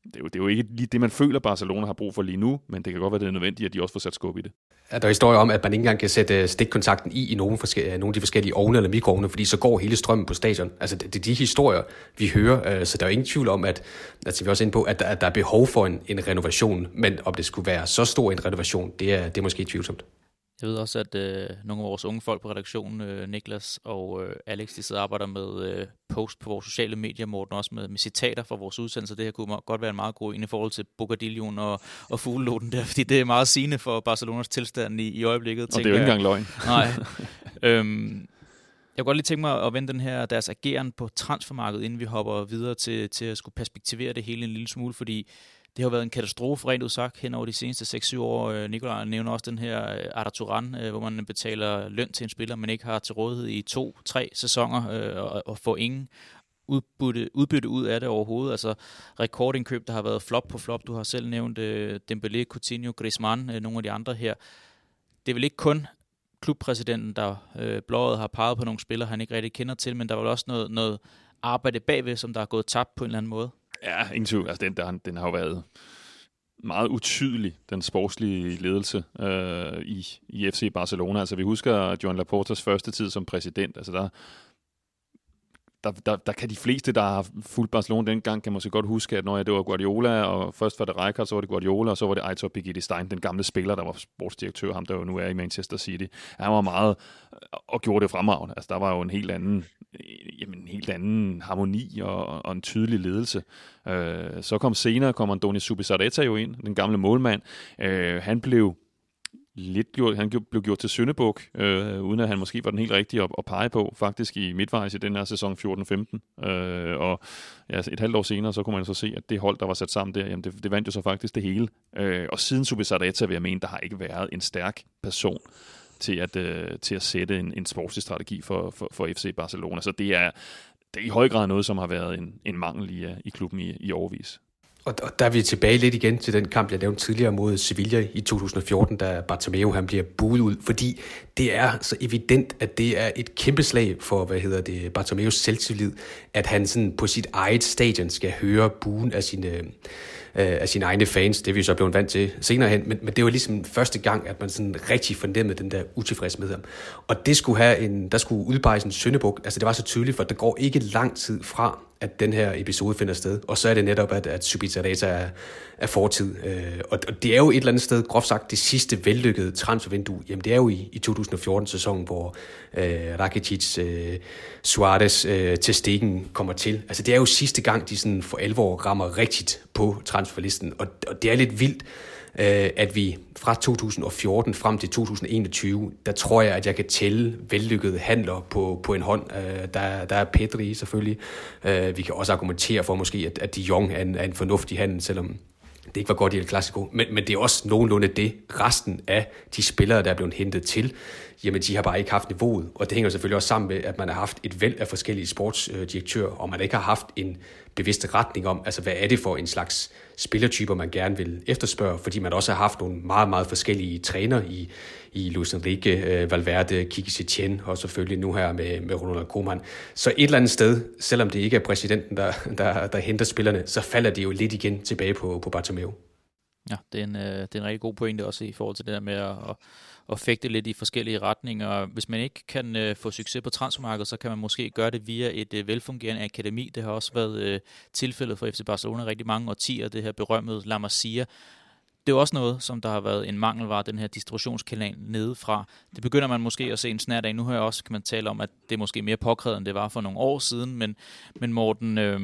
det, er jo, det er jo ikke lige det, man føler, Barcelona har brug for lige nu, men det kan godt være, det er nødvendigt, at de også får sat skub i det. Er der historier om, at man ikke engang kan sætte stikkontakten i i nogle, forske- nogle af de forskellige ovne eller mikroovne, fordi så går hele strømmen på stadion. Altså det er de historier, vi hører, så der er jo ingen tvivl om, at, altså vi er også inde på, at der, at der er behov for en, en renovation, men om det skulle være så stor en renovation, det er, det er måske tvivlsomt. Jeg ved også, at øh, nogle af vores unge folk på redaktionen, øh, Niklas og øh, Alex, de sidder og arbejder med øh, post på vores sociale medier, Morten, også med, med citater fra vores udsendelser. Det her kunne godt være en meget god en i forhold til Bocadilloen og, og Fugleloten der, fordi det er meget sigende for Barcelonas tilstand i, i øjeblikket. Og det er jo ikke engang løgn. Nej. øhm, jeg kunne godt lige tænke mig at vende den her, deres ageren på transfermarkedet, inden vi hopper videre til, til at skulle perspektivere det hele en lille smule, fordi det har været en katastrofe, rent udsagt, hen over de seneste seks syv år. Nikolaj nævner også den her Arda Turan, hvor man betaler løn til en spiller, man ikke har til rådighed i to, tre sæsoner, og, og får ingen udbytte, udbytte ud af det overhovedet. Altså rekordindkøb, der har været flop på flop. Du har selv nævnt Dembélé, Coutinho, Griezmann, nogle af de andre her. Det er vel ikke kun klubpræsidenten, der øh, blåret har peget på nogle spillere, han ikke rigtig kender til, men der var også noget, noget arbejde bagved, som der er gået tabt på en eller anden måde. Ja, ingen tvivl. Altså, den, der, den har jo været meget utydelig, den sportslige ledelse øh, i, i F C Barcelona. Altså, vi husker Joan Laportas første tid som præsident. Altså, der, der, der, der kan de fleste, der har fulgt Barcelona dengang, kan måske godt huske, at når jeg, det var Guardiola, og først var det Rijkaard, så var det Guardiola, og så var det Aitor Pigidi-Stein, den gamle spiller, der var sportsdirektør, ham der jo nu er i Manchester City. Han var meget, og gjorde det fremragende. Altså, der var jo en helt anden, jamen, en helt anden harmoni og, og en tydelig ledelse. Øh, så kom senere, kom Andoni Zubizarreta jo ind, den gamle målmand. Øh, han blev lidt gjort, han blev gjort til syndebuk, øh, uden at han måske var den helt rigtige at, at pege på, faktisk i midtvejs i den her sæson fjorten femten. Øh, og ja, et halvt år senere, så kunne man så se, at det hold, der var sat sammen der, jamen det, det vandt jo så faktisk det hele. Øh, og siden Zubizarreta, vil jeg mene, der har ikke været en stærk person til at, øh, til at sætte en, en sportslig strategi for, for, for F C Barcelona. Så det er, det er i høj grad noget, som har været en, en mangel i, i klubben i, i årevis. Og, og der er vi tilbage lidt igen til den kamp, jeg lavede tidligere mod Sevilla i to tusind og fjorten, da Bartomeu han bliver buet ud, fordi det er så evident, at det er et kæmpe slag for, hvad hedder det, Bartomeus selvtillid, at han sådan på sit eget stadion skal høre buen af sine, øh, af sine egne fans. Det er vi så blevet vant til senere hen, men, men det var ligesom første gang, at man sådan rigtig fornemmede den der utilfredshed med ham. Og det skulle have en, der skulle udpeges en syndebuk. Altså det var så tydeligt, for der går ikke lang tid fra, at den her episode finder sted. Og så er det netop, at, at Zubizarreta er, er fortid. Øh, og, og det er jo et eller andet sted, groft sagt, det sidste vellykkede transfervindue. Jamen det er jo i, i to tusind og fjorten-sæsonen, hvor øh, Rakitic, øh, Suarez øh, til stikken kommer til. Altså det er jo sidste gang, de sådan for alvor rammer rigtigt på transferlisten. Og, og det er lidt vildt, øh, at vi fra to tusind og fjorten frem til to tusind og enogtyve, der tror jeg, at jeg kan tælle vellykkede handler på, på en hånd. Øh, der, der er Pedri selvfølgelig. Øh, vi kan også argumentere for måske, at, at de Jong er en, er en fornuftig handel, selvom det ikke var godt i El Clasico. Men, men det er også nogenlunde det. Resten af de spillere, der er blevet hentet til, jamen de har bare ikke haft niveauet. Og det hænger selvfølgelig også sammen med, at man har haft et væld af forskellige sportsdirektører, og man ikke har haft en bevidst retning om, altså hvad er det for en slags spillertyper, man gerne vil efterspørge, fordi man også har haft nogle meget, meget forskellige træner i, i Luis Enrique, Valverde, Kiki Setien, og selvfølgelig nu her med, med Ronald Koeman. Så et eller andet sted, selvom det ikke er præsidenten, der, der, der henter spillerne, så falder det jo lidt igen tilbage på, på Bartomeu. Ja, det er, en, det er en rigtig god pointe også i forhold til det der med at, at, at fægte lidt i forskellige retninger. Hvis man ikke kan uh, få succes på transfermarkedet, så kan man måske gøre det via et uh, velfungerende akademi. Det har også været uh, tilfældet for F C Barcelona rigtig mange årtier, det her berømmede La Masia. Det er også noget, som der har været en mangelvare, den her distributionskanal nedefra. Det begynder man måske at se en snært af. Nu har jeg også, kan man tale om, at det er måske mere påkrævet, end det var for nogle år siden. Men, men Morten, øh,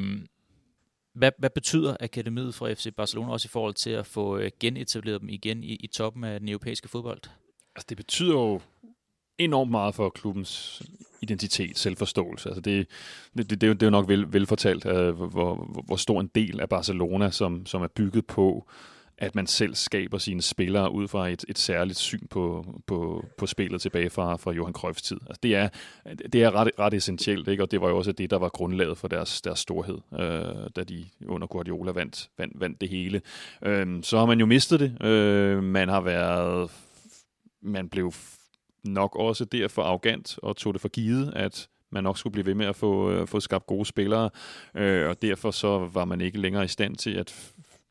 hvad, hvad betyder akademiet for F C Barcelona også i forhold til at få øh, genetableret dem igen i, i toppen af den europæiske fodbold? Altså det betyder jo enormt meget for klubbens identitet, selvforståelse. Altså det, det, det, det, er, jo, det er jo nok vel, velfortalt, uh, hvor, hvor, hvor stor en del af Barcelona, som, som er bygget på, at man selv skaber sine spillere ud fra et, et særligt syn på, på, på spillet tilbage fra, fra Johan Cruyffs tid. Altså det er, det er ret, ret essentielt, ikke? Og det var jo også det, der var grundlaget for deres, deres storhed, øh, da de under Guardiola vandt, vandt, vandt det hele. Øh, så har man jo mistet det. Øh, man har været... Man blev nok også derfor arrogant og tog det for givet, at man nok skulle blive ved med at få, øh, få skabt gode spillere, øh, og derfor så var man ikke længere i stand til at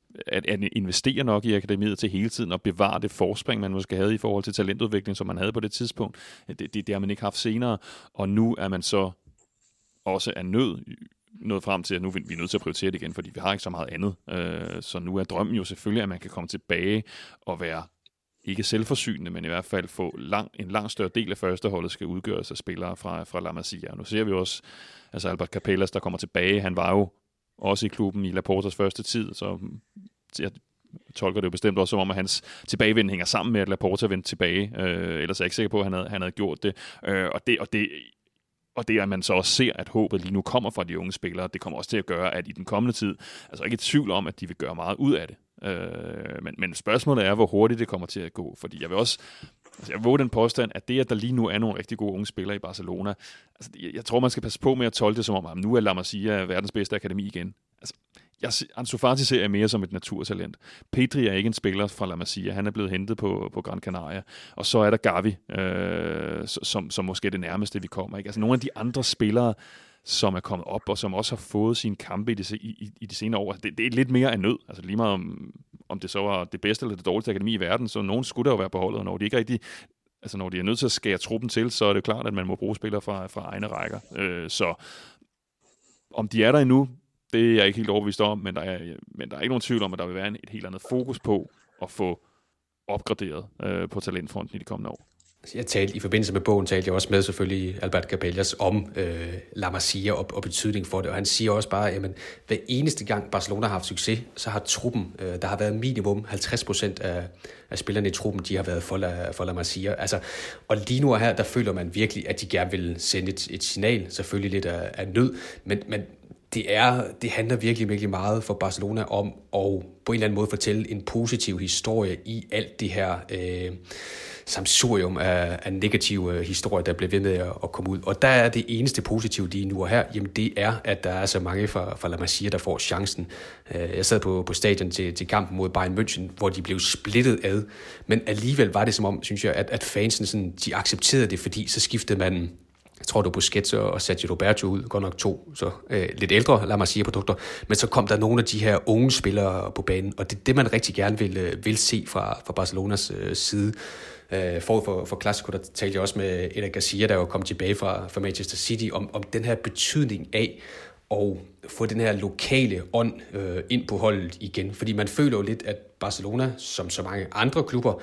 at, at investere nok i akademiet til hele tiden og bevare det forspring, man måske havde i forhold til talentudvikling, som man havde på det tidspunkt. Det, det, det har man ikke haft senere, og nu er man så også af nød nået frem til, at nu er vi nødt til at prioritere det igen, fordi vi har ikke så meget andet. Øh, så nu er drømmen jo selvfølgelig, at man kan komme tilbage og være ikke selvforsynende, men i hvert fald få lang, en langt større del af førsteholdet skal udgøres af spillere fra, fra La Masia. Nu ser vi også, altså Albert Capellas, der kommer tilbage. Han var jo også i klubben i Laportas første tid, så jeg tolker det jo bestemt også som om, at hans tilbagevenden hænger sammen med, at Laporta vendte tilbage. Øh, ellers er jeg ikke sikker på, at han havde, han havde gjort det. Øh, og det. Og det Og det er, at man så også ser, at håbet lige nu kommer fra de unge spillere. Det kommer også til at gøre, at i den kommende tid, altså ikke et tvivl om, at de vil gøre meget ud af det. Øh, men, men spørgsmålet er, hvor hurtigt det kommer til at gå. Fordi jeg vil også, altså jeg vil våge den påstand, at det, at der lige nu er nogle rigtig gode unge spillere i Barcelona, altså jeg, jeg tror, man skal passe på med at tolke det som om, at nu er La Masia verdens bedste akademi igen. Altså, jeg, Ansu Fati ser jeg mere som et naturtalent. Pedri er ikke en spiller fra La Masia. Han er blevet hentet på, på Gran Canaria. Og så er der Gavi, øh, som, som måske er det nærmeste, vi kommer. Ikke? Altså nogle af de andre spillere, som er kommet op, og som også har fået sine kampe i de, i, i de senere år, det, det er lidt mere af nød. Altså lige meget om, om det så var det bedste eller det dårligste akademi i verden, så nogen skulle der jo være på holdet, og når de ikke rigtig, altså når de er nødt til at skære truppen til, så er det klart, at man må bruge spillere fra, fra egne rækker. Øh, så om de er der endnu, det er jeg ikke helt overbevist om, men der er, men der er ikke nogen tvivl om, at der vil være et helt andet fokus på at få opgraderet øh, på talentfronten i de kommende år. Jeg talte, i forbindelse med bogen talte jeg også med selvfølgelig Albert Capellas om øh, La Masia og, og betydning for det, og han siger også bare, at hver eneste gang Barcelona har haft succes, så har truppen, øh, der har været minimum halvtreds procent af, af spillerne i truppen, de har været for La, for La Masia. Altså, og lige nu her, der føler man virkelig, at de gerne vil sende et, et signal, selvfølgelig lidt af, af nød, men, men det, er, det handler virkelig, virkelig meget for Barcelona om at på en eller anden måde fortælle en positiv historie i alt det her øh, samsurium af, af negative historier, der bliver ved med at, at komme ud. Og der er det eneste positive lige nu og her, jamen det er, at der er så mange fra, fra La Masia, der får chancen. Jeg sad på, på stadion til, til kampen mod Bayern München, hvor de blev splittet ad, men alligevel var det som om, synes jeg, at, at fansen sådan, de accepterede det, fordi så skiftede man, jeg tror, det var Busquets og Sergio Roberto ud, godt nok to så øh, lidt ældre La Masia-produkter, men så kom der nogle af de her unge spillere på banen, og det er det, man rigtig gerne vil, vil se fra, fra Barcelonas øh, side. Øh, forud for, for Clasico, der talte jeg også med Eder Garcia, der jo kom tilbage fra, fra Manchester City, om, om den her betydning af at få den her lokale ånd øh, ind på holdet igen. Fordi man føler jo lidt, at Barcelona, som så mange andre klubber,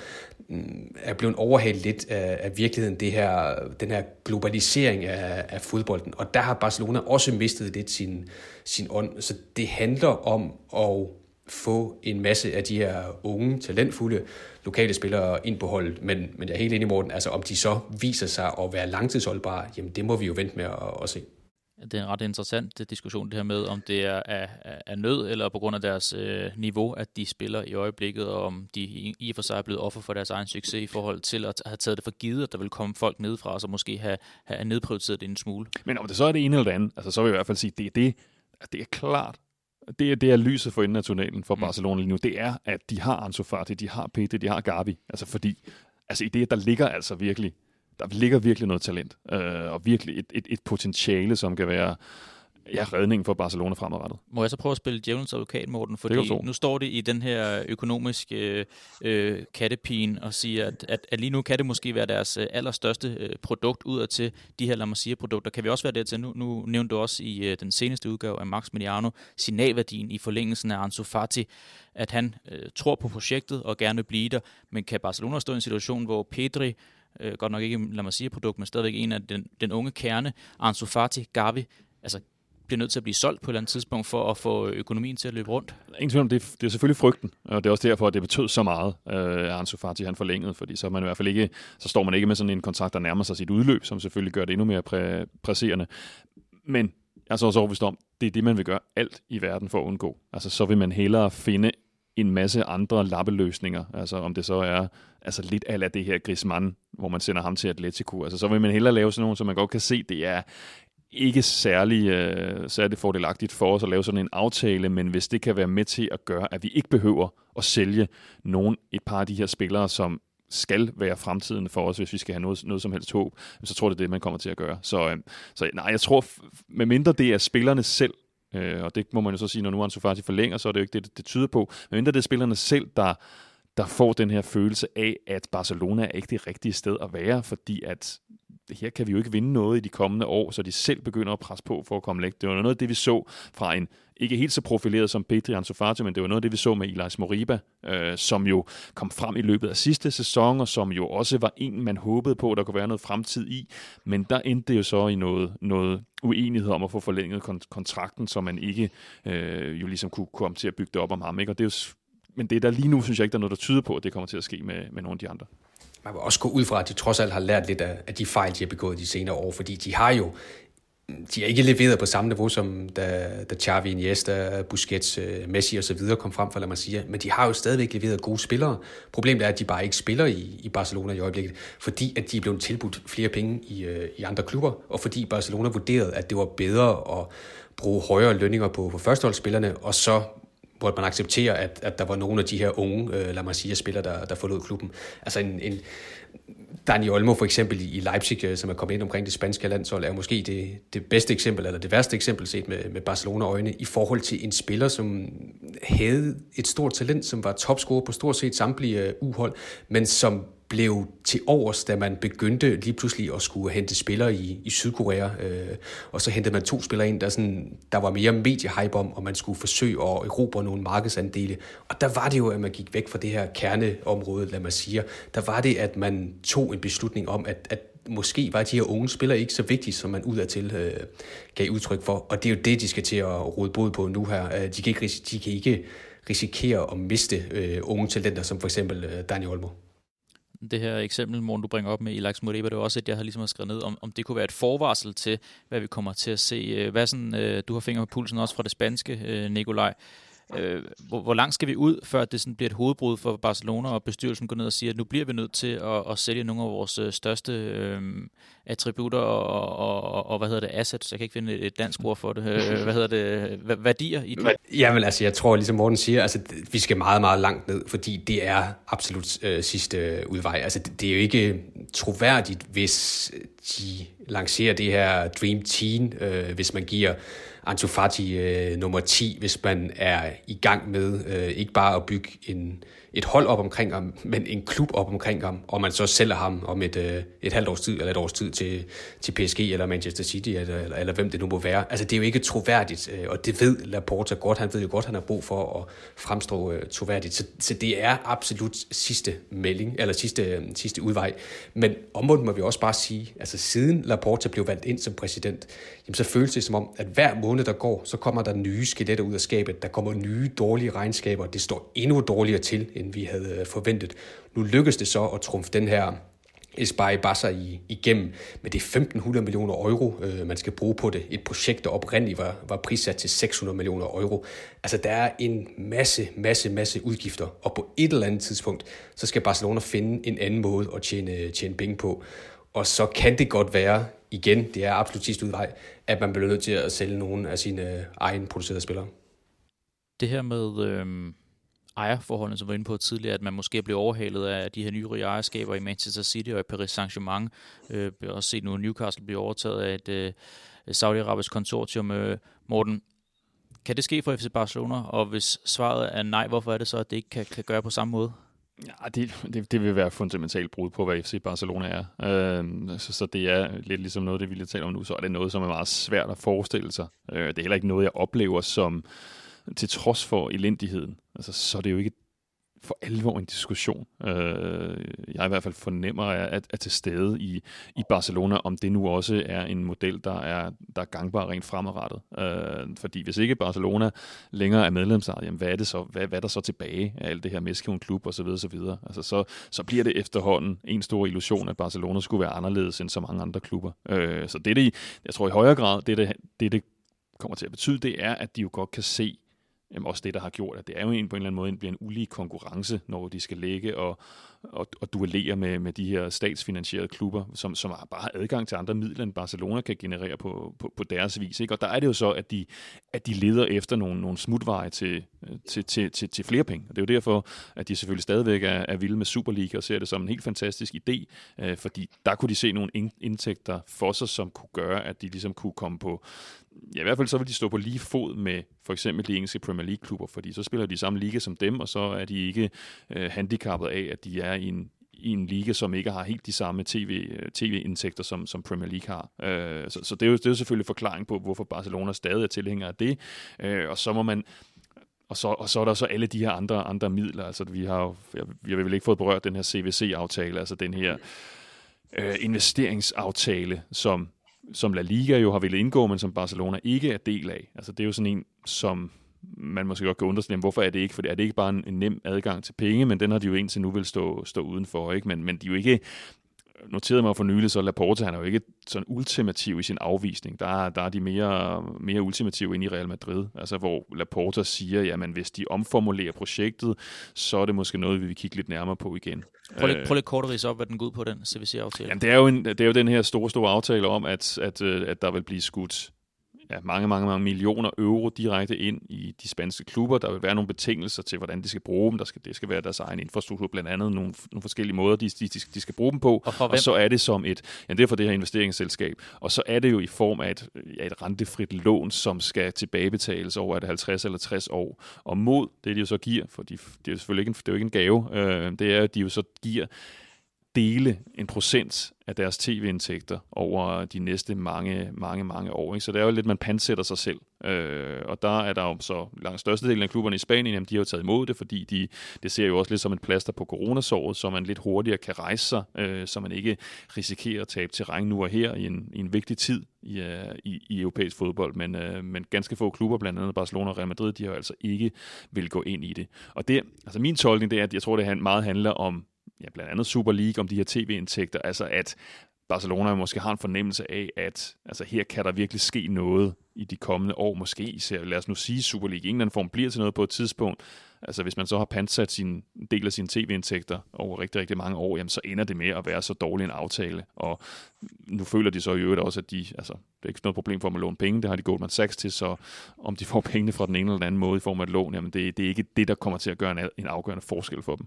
er blevet overhalet lidt af, af virkeligheden, det her, den her globalisering af, af fodbolden. Og der har Barcelona også mistet lidt sin, sin ånd. Så det handler om at få en masse af de her unge, talentfulde lokale spillere ind på holdet. Men, men jeg er helt enig i Morten, altså om de så viser sig at være langtidsholdbare, jamen det må vi jo vente med at, at se. Det er en ret interessant diskussion, det her med, om det er af, af nød, eller på grund af deres øh, niveau, at de spiller i øjeblikket, og om de i, i og for sig er blevet offer for deres egen succes i forhold til at have taget det for givet, at der vil komme folk nedefra, og så måske have, have nedprioriteret det en smule. Men om det så er det ene eller det andet, altså så vil jeg i hvert fald sige, at det er, det, at det er klart, det er, det er lyset for enden af tunnelen for Barcelona lige nu, det er, at de har Ansu Fati, de har Pedri, de har Gavi, altså fordi, altså i det, der ligger altså virkelig, der ligger virkelig noget talent, øh, og virkelig et, et, et potentiale, som kan være ja, redningen for Barcelona fremadrettet. Må jeg så prøve at spille djævelens advokat, Morten? Fordi nu står det i den her økonomiske øh, kattepine og siger, at, at, at lige nu kan det måske være deres øh, allerstørste øh, produkt ud til de her La Masia-produkter. Kan vi også være der til? Nu, nu nævnte du også i øh, den seneste udgave af Maximiliano signalværdien i forlængelsen af Ansu Fati, at han øh, tror på projektet og gerne vil blive der. Men kan Barcelona stå i en situation, hvor Pedri, øh, godt nok ikke La Masia-produkt, men stadigvæk en af den, den unge kerne, Ansu Fati, Gavi, altså bliver nødt til at blive solgt på et eller andet tidspunkt for at få økonomien til at løbe rundt? Ingen tvivl om det. Det er selvfølgelig frygten, og det er også derfor, at det betød så meget, at Ansu Fati han forlængede, fordi så, man i hvert fald ikke, så står man ikke med sådan en kontrakt, der nærmer sig sit udløb, som selvfølgelig gør det endnu mere præ- presserende. Men jeg er så også overbevist om, det er det, man vil gøre alt i verden for at undgå. Altså så vil man hellere finde en masse andre lappeløsninger, altså om det så er altså lidt af det her Griezmann, hvor man sender ham til Atletico, altså så vil man hellere lave sådan nogle, som man godt kan se, det er ikke særlig, øh, særlig fordelagtigt for os at lave sådan en aftale, men hvis det kan være med til at gøre, at vi ikke behøver at sælge nogen, et par af de her spillere, som skal være fremtiden for os, hvis vi skal have noget, noget som helst håb, så tror jeg, det er det, man kommer til at gøre. Så, øh, så nej, jeg tror, medmindre det er spillerne selv, Øh, og det må man jo så sige, når nu Ansu Fati forlænger, så er det jo ikke det, det, det tyder på. Men mindre det er spillerne selv, der, der får den her følelse af, at Barcelona er ikke det rigtige sted at være, fordi at her kan vi jo ikke vinde noget i de kommende år, så de selv begynder at presse på for at komme længere. Det var noget af det, vi så fra en ikke helt så profileret som Pedri Ansu Fati, men det var noget af det, vi så med Ilaix Moriba, øh, som jo kom frem i løbet af sidste sæson, og som jo også var en, man håbede på, der kunne være noget fremtid i. Men der endte det jo så i noget, noget uenighed om at få forlænget kont- kontrakten, så man ikke øh, jo ligesom kunne komme til at bygge det op om ham. Ikke? Og det er jo, men det er der lige nu, synes jeg ikke, der er noget, der tyder på, at det kommer til at ske med, med nogle af de andre. Man vil også gå ud fra, at de trods alt har lært lidt af, af de fejl, de har begået de senere år, fordi de har jo de har ikke leveret på samme niveau, som da, da Xavi, Iniesta, Busquets, Messi og så videre kom frem, for lad mig sige. Men de har jo stadigvæk leveret gode spillere. Problemet er, at de bare ikke spiller i, i Barcelona i øjeblikket, fordi at de er blevet tilbudt flere penge i, i andre klubber, og fordi Barcelona vurderede, at det var bedre at bruge højere lønninger på, på førsteholdsspillerne, og så måtte man acceptere, at, at der var nogle af de her unge, øh, lad mig sige, spillere, der, der forlod klubben. Altså en, en Dani Olmo for eksempel i Leipzig, som er kommet ind omkring det spanske landshold, er måske det, det bedste eksempel, eller det værste eksempel set med, med Barcelona-øjne, i forhold til en spiller, som havde et stort talent, som var topscorer på stort set samtlige uhold, men som blev til overs, da man begyndte lige pludselig at skulle hente spillere i, i Sydkorea. Øh, og så hentede man to spillere ind, der, sådan, der var mere mediehype om, og man skulle forsøge at erobre nogle markedsandele. Og der var det jo, at man gik væk fra det her kerneområde, lad mig sige. Der var det, at man tog en beslutning om, at, at måske var de her unge spillere ikke så vigtige, som man udadtil øh, gav udtryk for. Og det er jo det, de skal til at rode bod på nu her. De kan ikke, de kan ikke risikere at miste øh, unge talenter, som for eksempel øh, Dani Olmo. Det her eksempel, Morten, du bringer op med Ilaix Moriba, det er også et, jeg har ligesom skrevet ned, om, om det kunne være et forvarsel til, hvad vi kommer til at se. Hvad sådan, du har fingre på pulsen også fra det spanske, Nikolaj. Hvor, hvor langt skal vi ud, før det sådan bliver et hovedbrud for Barcelona, og bestyrelsen går ned og siger, at nu bliver vi nødt til at, at sælge nogle af vores største øh, attributter og, og, og, og, hvad hedder det, assets, jeg kan ikke finde et dansk ord for det, hvad hedder det, værdier i det? Jamen altså, jeg tror, ligesom Morten siger, altså, vi skal meget, meget langt ned, fordi det er absolut øh, sidste udvej. Altså, det, det er jo ikke troværdigt, hvis de lancerer det her Dream Team, øh, hvis man giver Ansu Fati øh, nummer ti, hvis man er i gang med øh, ikke bare at bygge en, et hold op omkring ham, men en klub op omkring ham, og man så sælger ham om et, øh, et halvt års tid, eller et års tid til, til P S G eller Manchester City, eller, eller, eller hvem det nu må være. Altså det er jo ikke troværdigt, øh, og det ved Laporta godt. Han ved jo godt, han har brug for at fremstå øh, troværdigt. Så, så det er absolut sidste melding, eller sidste, øh, sidste udvej. Men omvendt må vi også bare sige, altså siden Laporta blev valgt ind som præsident, jamen, så føles det som om, at hver måned der går, så kommer der nye skeletter ud af skabet. Der kommer nye dårlige regnskaber. Det står endnu dårligere til, end vi havde forventet. Nu lykkes det så at trumfe den her Espai Barca igennem, men det er femten hundrede millioner euro, øh, man skal bruge på det. Et projekt, der oprindeligt var, var prissat til seks hundrede millioner euro. Altså, der er en masse, masse, masse udgifter, og på et eller andet tidspunkt, så skal Barcelona finde en anden måde at tjene, tjene penge på. Og så kan det godt være, igen, det er absolut sidste udvej, at man bliver nødt til at sælge nogle af sine egen producerede spillere. Det her med øh, ejerforholdene, som vi var inde på tidligere, at man måske bliver overhalet af de her nye rige ejerskaber i Manchester City og i Paris Saint-Germain. Øh, vi har også set nu, at Newcastle bliver overtaget af et øh, Saudi-Arabisk konsortium. Øh, Morten, kan det ske for F C Barcelona? Og hvis svaret er nej, hvorfor er det så, at det ikke kan, kan gøre på samme måde? Ja, det, det, det vil være fundamentalt brud på, hvad F C Barcelona er. Øhm, så, så det er lidt ligesom noget, det vi lige taler om nu, så er det noget, som er meget svært at forestille sig. Øh, det er heller ikke noget, jeg oplever som, til trods for elendigheden. Altså, så er det jo ikke for alvor en diskussion. Øh, jeg i hvert fald fornemmer, at er til stede i, i Barcelona, om det nu også er en model, der er, der er gangbar rent fremadrettet. Øh, fordi hvis ikke Barcelona længere er medlemsejet, jamen hvad er det så? Hvad, hvad er der så tilbage af alt det her Messi klub og så videre, så videre. Altså så, så bliver det efterhånden en stor illusion, at Barcelona skulle være anderledes end så mange andre klubber. Øh, så det, det, jeg tror i højere grad, det det, det det kommer til at betyde, det er, at de jo godt kan se, jamen også det, der har gjort, at det er jo en, på en eller anden måde bliver en ulige konkurrence, når de skal ligge og, og, og duellere med, med de her statsfinansierede klubber, som, som bare har adgang til andre midler, end Barcelona kan generere på, på, på deres vis. Ikke? Og der er det jo så, at de, at de leder efter nogle, nogle smutveje til, til, til, til, til flere penge. Og det er jo derfor, at de selvfølgelig stadigvæk er, er vilde med Superliga og ser det som en helt fantastisk idé, øh, fordi der kunne de se nogle indtægter for sig, som kunne gøre, at de ligesom kunne komme på ja, i hvert fald så vil de stå på lige fod med for eksempel de engelske Premier League-klubber, fordi så spiller de i samme liga som dem, og så er de ikke øh, handicappet af, at de er i en, i en liga, som ikke har helt de samme tv, tv-indtægter, som, som Premier League har. Øh, så så det, er jo, det er jo selvfølgelig forklaring på, hvorfor Barcelona stadig er tilhænger af det, øh, og så må man Og så, og så er der så alle de her andre, andre midler. Altså, vi har jo, vi har vel ikke fået berørt den her C V C-aftale, altså den her øh, investeringsaftale, som, som La Liga jo har ville indgå, men som Barcelona ikke er del af. Altså, det er jo sådan en, som man måske godt kan undre sig, hvorfor er det ikke? For er det ikke bare en, en nem adgang til penge, men den har de jo indtil nu vil stå, stå udenfor, ikke? Men, men de er jo ikke noteret mig for nylig, så Laporta, han er jo ikke sådan ultimativ i sin afvisning. Der, der er de mere, mere ultimative inde i Real Madrid, altså hvor Laporta siger, jamen hvis de omformulerer projektet, så er det måske noget, vi vil kigge lidt nærmere på igen. Prøv lidt, prøv lidt kort at ridse op, hvad den går ud på, den C V C-aftale. Jamen det er jo, en, det er jo den her store, store aftale om, at, at, at der vil blive skudt ja, mange, mange, mange millioner euro direkte ind i de spanske klubber. Der vil være nogle betingelser til, hvordan de skal bruge dem. Der skal, det skal være deres egen infrastruktur, blandt andet nogle, nogle forskellige måder, de, de, de skal bruge dem på. Og, og så er det som et, ja, det er for det her investeringsselskab. Og så er det jo i form af et, ja, et rentefrit lån, som skal tilbagebetales over, er det halvtreds eller tres år. Og mod det, de jo så giver, for de, det er jo selvfølgelig ikke en, det er jo ikke en gave, øh, det er, at de jo så giver dele en procent af deres tv-indtægter over de næste mange, mange, mange år. Ikke? Så det er jo lidt, man pansætter sig selv. Øh, og der er der jo så langt størstedelen af klubberne i Spanien, jamen, de har jo taget imod det, fordi de, det ser jo også lidt som en plaster på coronasåret, så man lidt hurtigere kan rejse sig, øh, så man ikke risikerer at tabe terræn nu og her i en, i en vigtig tid i, i, i europæisk fodbold. Men, øh, men ganske få klubber, blandt andet Barcelona og Real Madrid, de har jo altså ikke vil gå ind i det. Og det, altså min tolkning, det er, at jeg tror, det meget handler om ja, blandt andet Super League, om de her tv-indtægter, altså at Barcelona måske har en fornemmelse af, at altså her kan der virkelig ske noget i de kommende år, måske især, lad os nu sige, Super League i en eller anden form bliver til noget på et tidspunkt. Altså hvis man så har pantsat sin del af sine tv-indtægter over rigtig, rigtig mange år, jamen så ender det med at være så dårlig en aftale. Og nu føler de så i øvrigt også, at de, altså, det er ikke noget problem for dem at låne penge, det har de Goldman Sachs til, så om de får pengene fra den ene eller den anden måde i form af et lån, jamen det, det er ikke det, der kommer til at gøre en, en afgørende forskel for dem.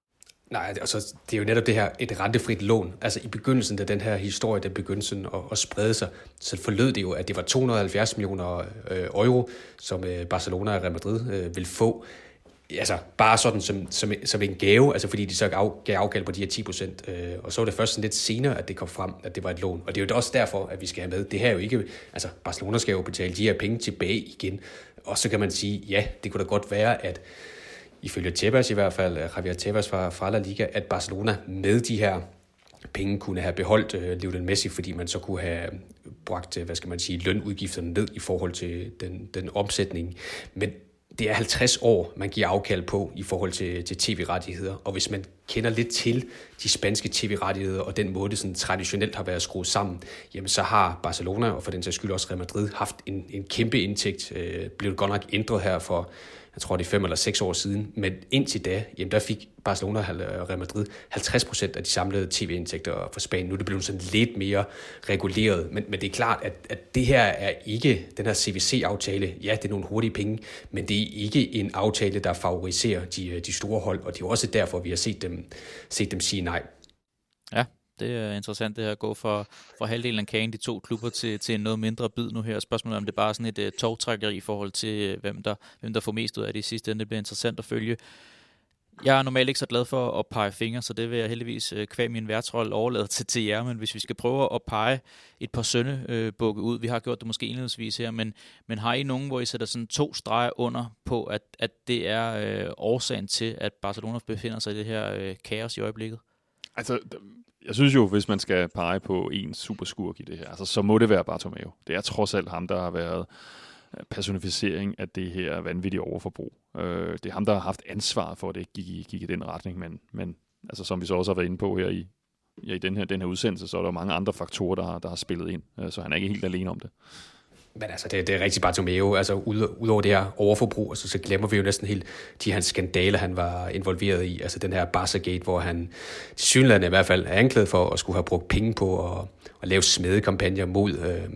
Nej, altså, det er jo netop det her, et rentefrit lån. Altså i begyndelsen, da den her historie, der begyndte sådan at, at sprede sig, så forlød det jo, at det var to hundrede og halvfjerds millioner øh, euro, som øh, Barcelona og Real Madrid øh, vil få. Altså bare sådan som, som, som en gave, altså fordi de så gav, gav afkald på de her ti procent. Øh, og så var det først sådan lidt senere, at det kom frem, at det var et lån. Og det er jo også derfor, at vi skal have med. Det her er jo ikke, altså Barcelona skal jo betale de her penge tilbage igen. Og så kan man sige, ja, det kunne da godt være, at ifølge Tebas i hvert fald, Javier Tebas fra, fra La Liga, at Barcelona med de her penge kunne have beholdt uh, Lionel Messi, fordi man så kunne have bragt, hvad skal man sige, lønudgifterne ned i forhold til den, den omsætning. Men det er halvtreds år, man giver afkald på i forhold til, til tv-rettigheder. Og hvis man kender lidt til de spanske tv-rettigheder og den måde, det sådan traditionelt har været skruet sammen, jamen så har Barcelona, og for den sags skyld også Real Madrid, haft en, en kæmpe indtægt. Øh, blev godt nok ændret her for, jeg tror det er fem eller seks år siden. Men indtil da, jamen der fik Barcelona og Real Madrid halvtreds procent af de samlede tv-indtægter fra Spanien. Nu er det blevet sådan lidt mere reguleret. Men, men det er klart, at, at det her er ikke den her C V C-aftale. Ja, det er nogle hurtige penge, men det er ikke en aftale, der favoriserer de, de store hold. Og det er også derfor, vi har set dem, set dem sige nej. Ja, det er interessant det her at gå fra, fra halvdelen af kagen, de to klubber, til, til en noget mindre bid nu her. Spørgsmålet om det er bare sådan et uh, togtrækkeri i forhold til, uh, hvem, der, hvem der får mest ud af det i sidste ende. Det bliver interessant at følge. Jeg er normalt ikke så glad for at pege fingre, så det vil jeg heldigvis uh, kvæg min værtsrolle overlade til, til jer. Men hvis vi skal prøve at pege et par søndebukke uh, ud, vi har gjort det måske indledningsvis her, men, men har I nogen, hvor I sætter sådan to streger under på, at, at det er uh, årsagen til, at Barcelona befinder sig i det her uh, kaos i øjeblikket? Altså, jeg synes jo, hvis man skal pege på en superskurk i det her, altså, så må det være Bartomeu. Det er trods alt ham, der har været personificering af det her vanvittige overforbrug. Øh, det er ham, der har haft ansvaret for, at det ikke gik i, gik i den retning, men, men altså, som vi så også har været inde på her i, ja, i den, her, den her udsendelse, så er der mange andre faktorer, der, der har spillet ind, så han er ikke helt alene om det. Men altså, det, det er rigtig Bartomeu. Altså, udover det her overforbrug, altså, så glemmer vi jo næsten helt de her skandaler, han var involveret i. Altså den her Barca-gate, hvor han til synligheden i hvert fald er anklaget for at skulle have brugt penge på at, at lave smedekampagner mod, øh,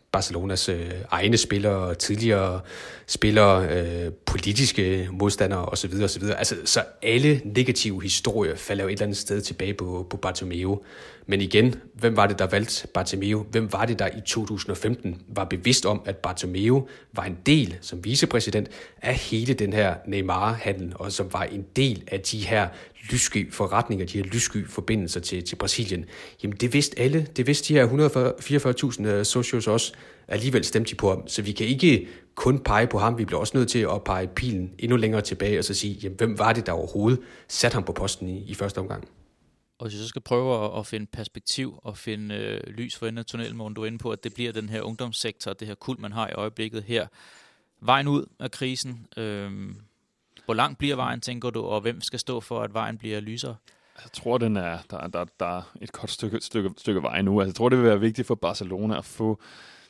Barcelonas øh, egne spillere, tidligere spillere, øh, politiske modstandere osv. osv. Altså, så alle negative historier falder jo et eller andet sted tilbage på, på Bartomeu. Men igen, hvem var det, der valgte Bartomeu? Hvem var det, der i to tusind og femten var bevidst om, at Bartomeu var en del som vicepræsident af hele den her Neymar-handel, og som var en del af de her lyssky forretninger, de her lyssky forbindelser til, til Brasilien? Jamen det vidste alle. Det vidste de her et hundrede og fireogfyrre tusind socios også. Alligevel stemte de på ham. Så vi kan ikke kun pege på ham. Vi bliver også nødt til at pege pilen endnu længere tilbage og så sige, jamen, hvem var det, der overhovedet satte ham på posten i, i første omgang? Og hvis jeg så skal prøve at, at finde perspektiv og finde øh, lys for enden af tunnelen, hvor du er inde på, at det bliver den her ungdomssektor, det her kult, man har i øjeblikket her. Vejen ud af krisen. Øh, hvor lang bliver vejen, tænker du, og hvem skal stå for, at vejen bliver lysere? Jeg tror, den er, der, der, der er et kort stykke, stykke, stykke vej nu. Altså, jeg tror, det vil være vigtigt for Barcelona at få,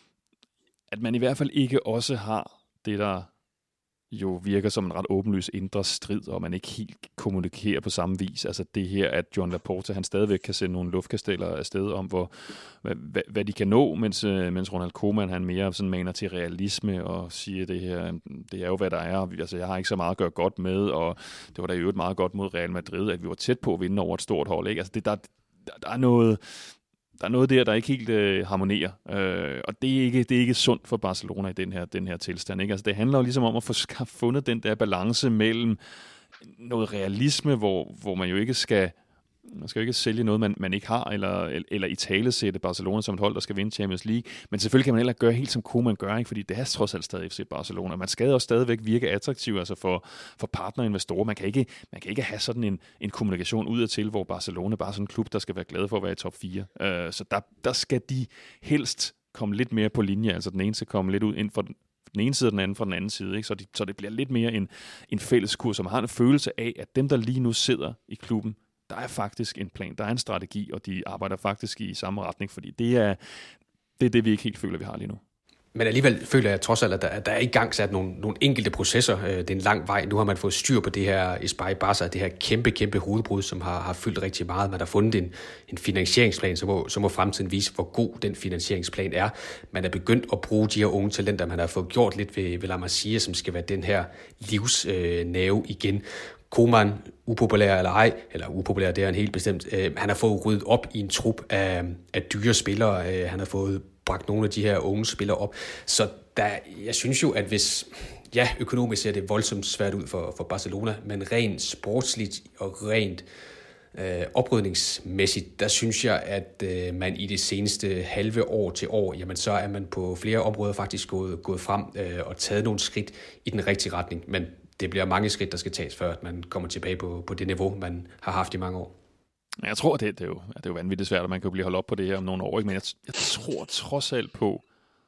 at man i hvert fald ikke også har det, der jo virker som en ret åbenlys indre strid, og man ikke helt kommunikerer på samme vis. Altså det her, at Joan Laporta, han stadigvæk kan sende nogle luftkasteller afsted om, hvor, hvad, hvad, hvad de kan nå, mens, mens Ronald Koeman, han mere sådan maner til realisme og siger, det her, det er jo, hvad der er. Altså, jeg har ikke så meget at gøre godt med, og det var da i øvrigt meget godt mod Real Madrid, at vi var tæt på at vinde over et stort hold. Ikke? Altså, det, der, der, der er noget... Der er noget der, der ikke helt øh, harmonerer, øh, og det er, ikke, det er ikke sundt for Barcelona i den her, den her tilstand. Ikke? Altså, det handler jo ligesom om at få fundet den der balance mellem noget realisme, hvor, hvor man jo ikke skal, man skal jo ikke sælge noget, man, man ikke har, eller, eller i tale sætte Barcelona som et hold, der skal vinde Champions League. Men selvfølgelig kan man heller gøre helt som Koeman gør, ikke? Fordi det er trods alt stadig F C Barcelona. Man skal også stadigvæk virke attraktiv altså for, for partnerinvestorer. Man kan ikke, man kan ikke have sådan en, en kommunikation udadtil, hvor Barcelona bare er sådan en klub, der skal være glad for at være i top fire. Uh, så der, der skal de helst komme lidt mere på linje. Altså den ene skal komme lidt ud ind for den, den ene side og den anden fra den anden side. Ikke? Så, de, så det bliver lidt mere en, en fælles kurs, så man har en følelse af, at dem, der lige nu sidder i klubben, der er faktisk en plan, der er en strategi, og de arbejder faktisk i samme retning, fordi det er det, er det vi ikke helt føler, vi har lige nu. Men alligevel føler jeg trods alt, at der, at der er i gang sat nogle, nogle enkelte processer. Det er en lang vej. Nu har man fået styr på det her Espai Barça, det her kæmpe, kæmpe hovedbrud, som har, har fyldt rigtig meget. Man har fundet en, en finansieringsplan, så må, så må fremtiden vise, hvor god den finansieringsplan er. Man er begyndt at bruge de her unge talenter, man har fået gjort lidt ved, ved La Masia, som skal være den her livsnerve øh, igen. Koeman, upopulær eller ej, eller upopulær, det er en helt bestemt. Øh, han har fået ryddet op i en trup af, af dyre spillere. Øh, han har fået bragt nogle af de her unge spillere op. Så der, jeg synes jo, at hvis... Ja, økonomisk ser det voldsomt svært ud for, for Barcelona, men rent sportsligt og rent øh, oprydningsmæssigt, der synes jeg, at øh, man i det seneste halve år til år, jamen så er man på flere områder faktisk gået, gået frem øh, og taget nogle skridt i den rigtige retning. Men det bliver mange skridt, der skal tages, før at man kommer tilbage på, på det niveau, man har haft i mange år. Jeg tror, det, det, er jo, det er jo vanvittigt svært, at man kan blive holdt op på det her om nogle år. Ikke? Men jeg, jeg tror trods alt på,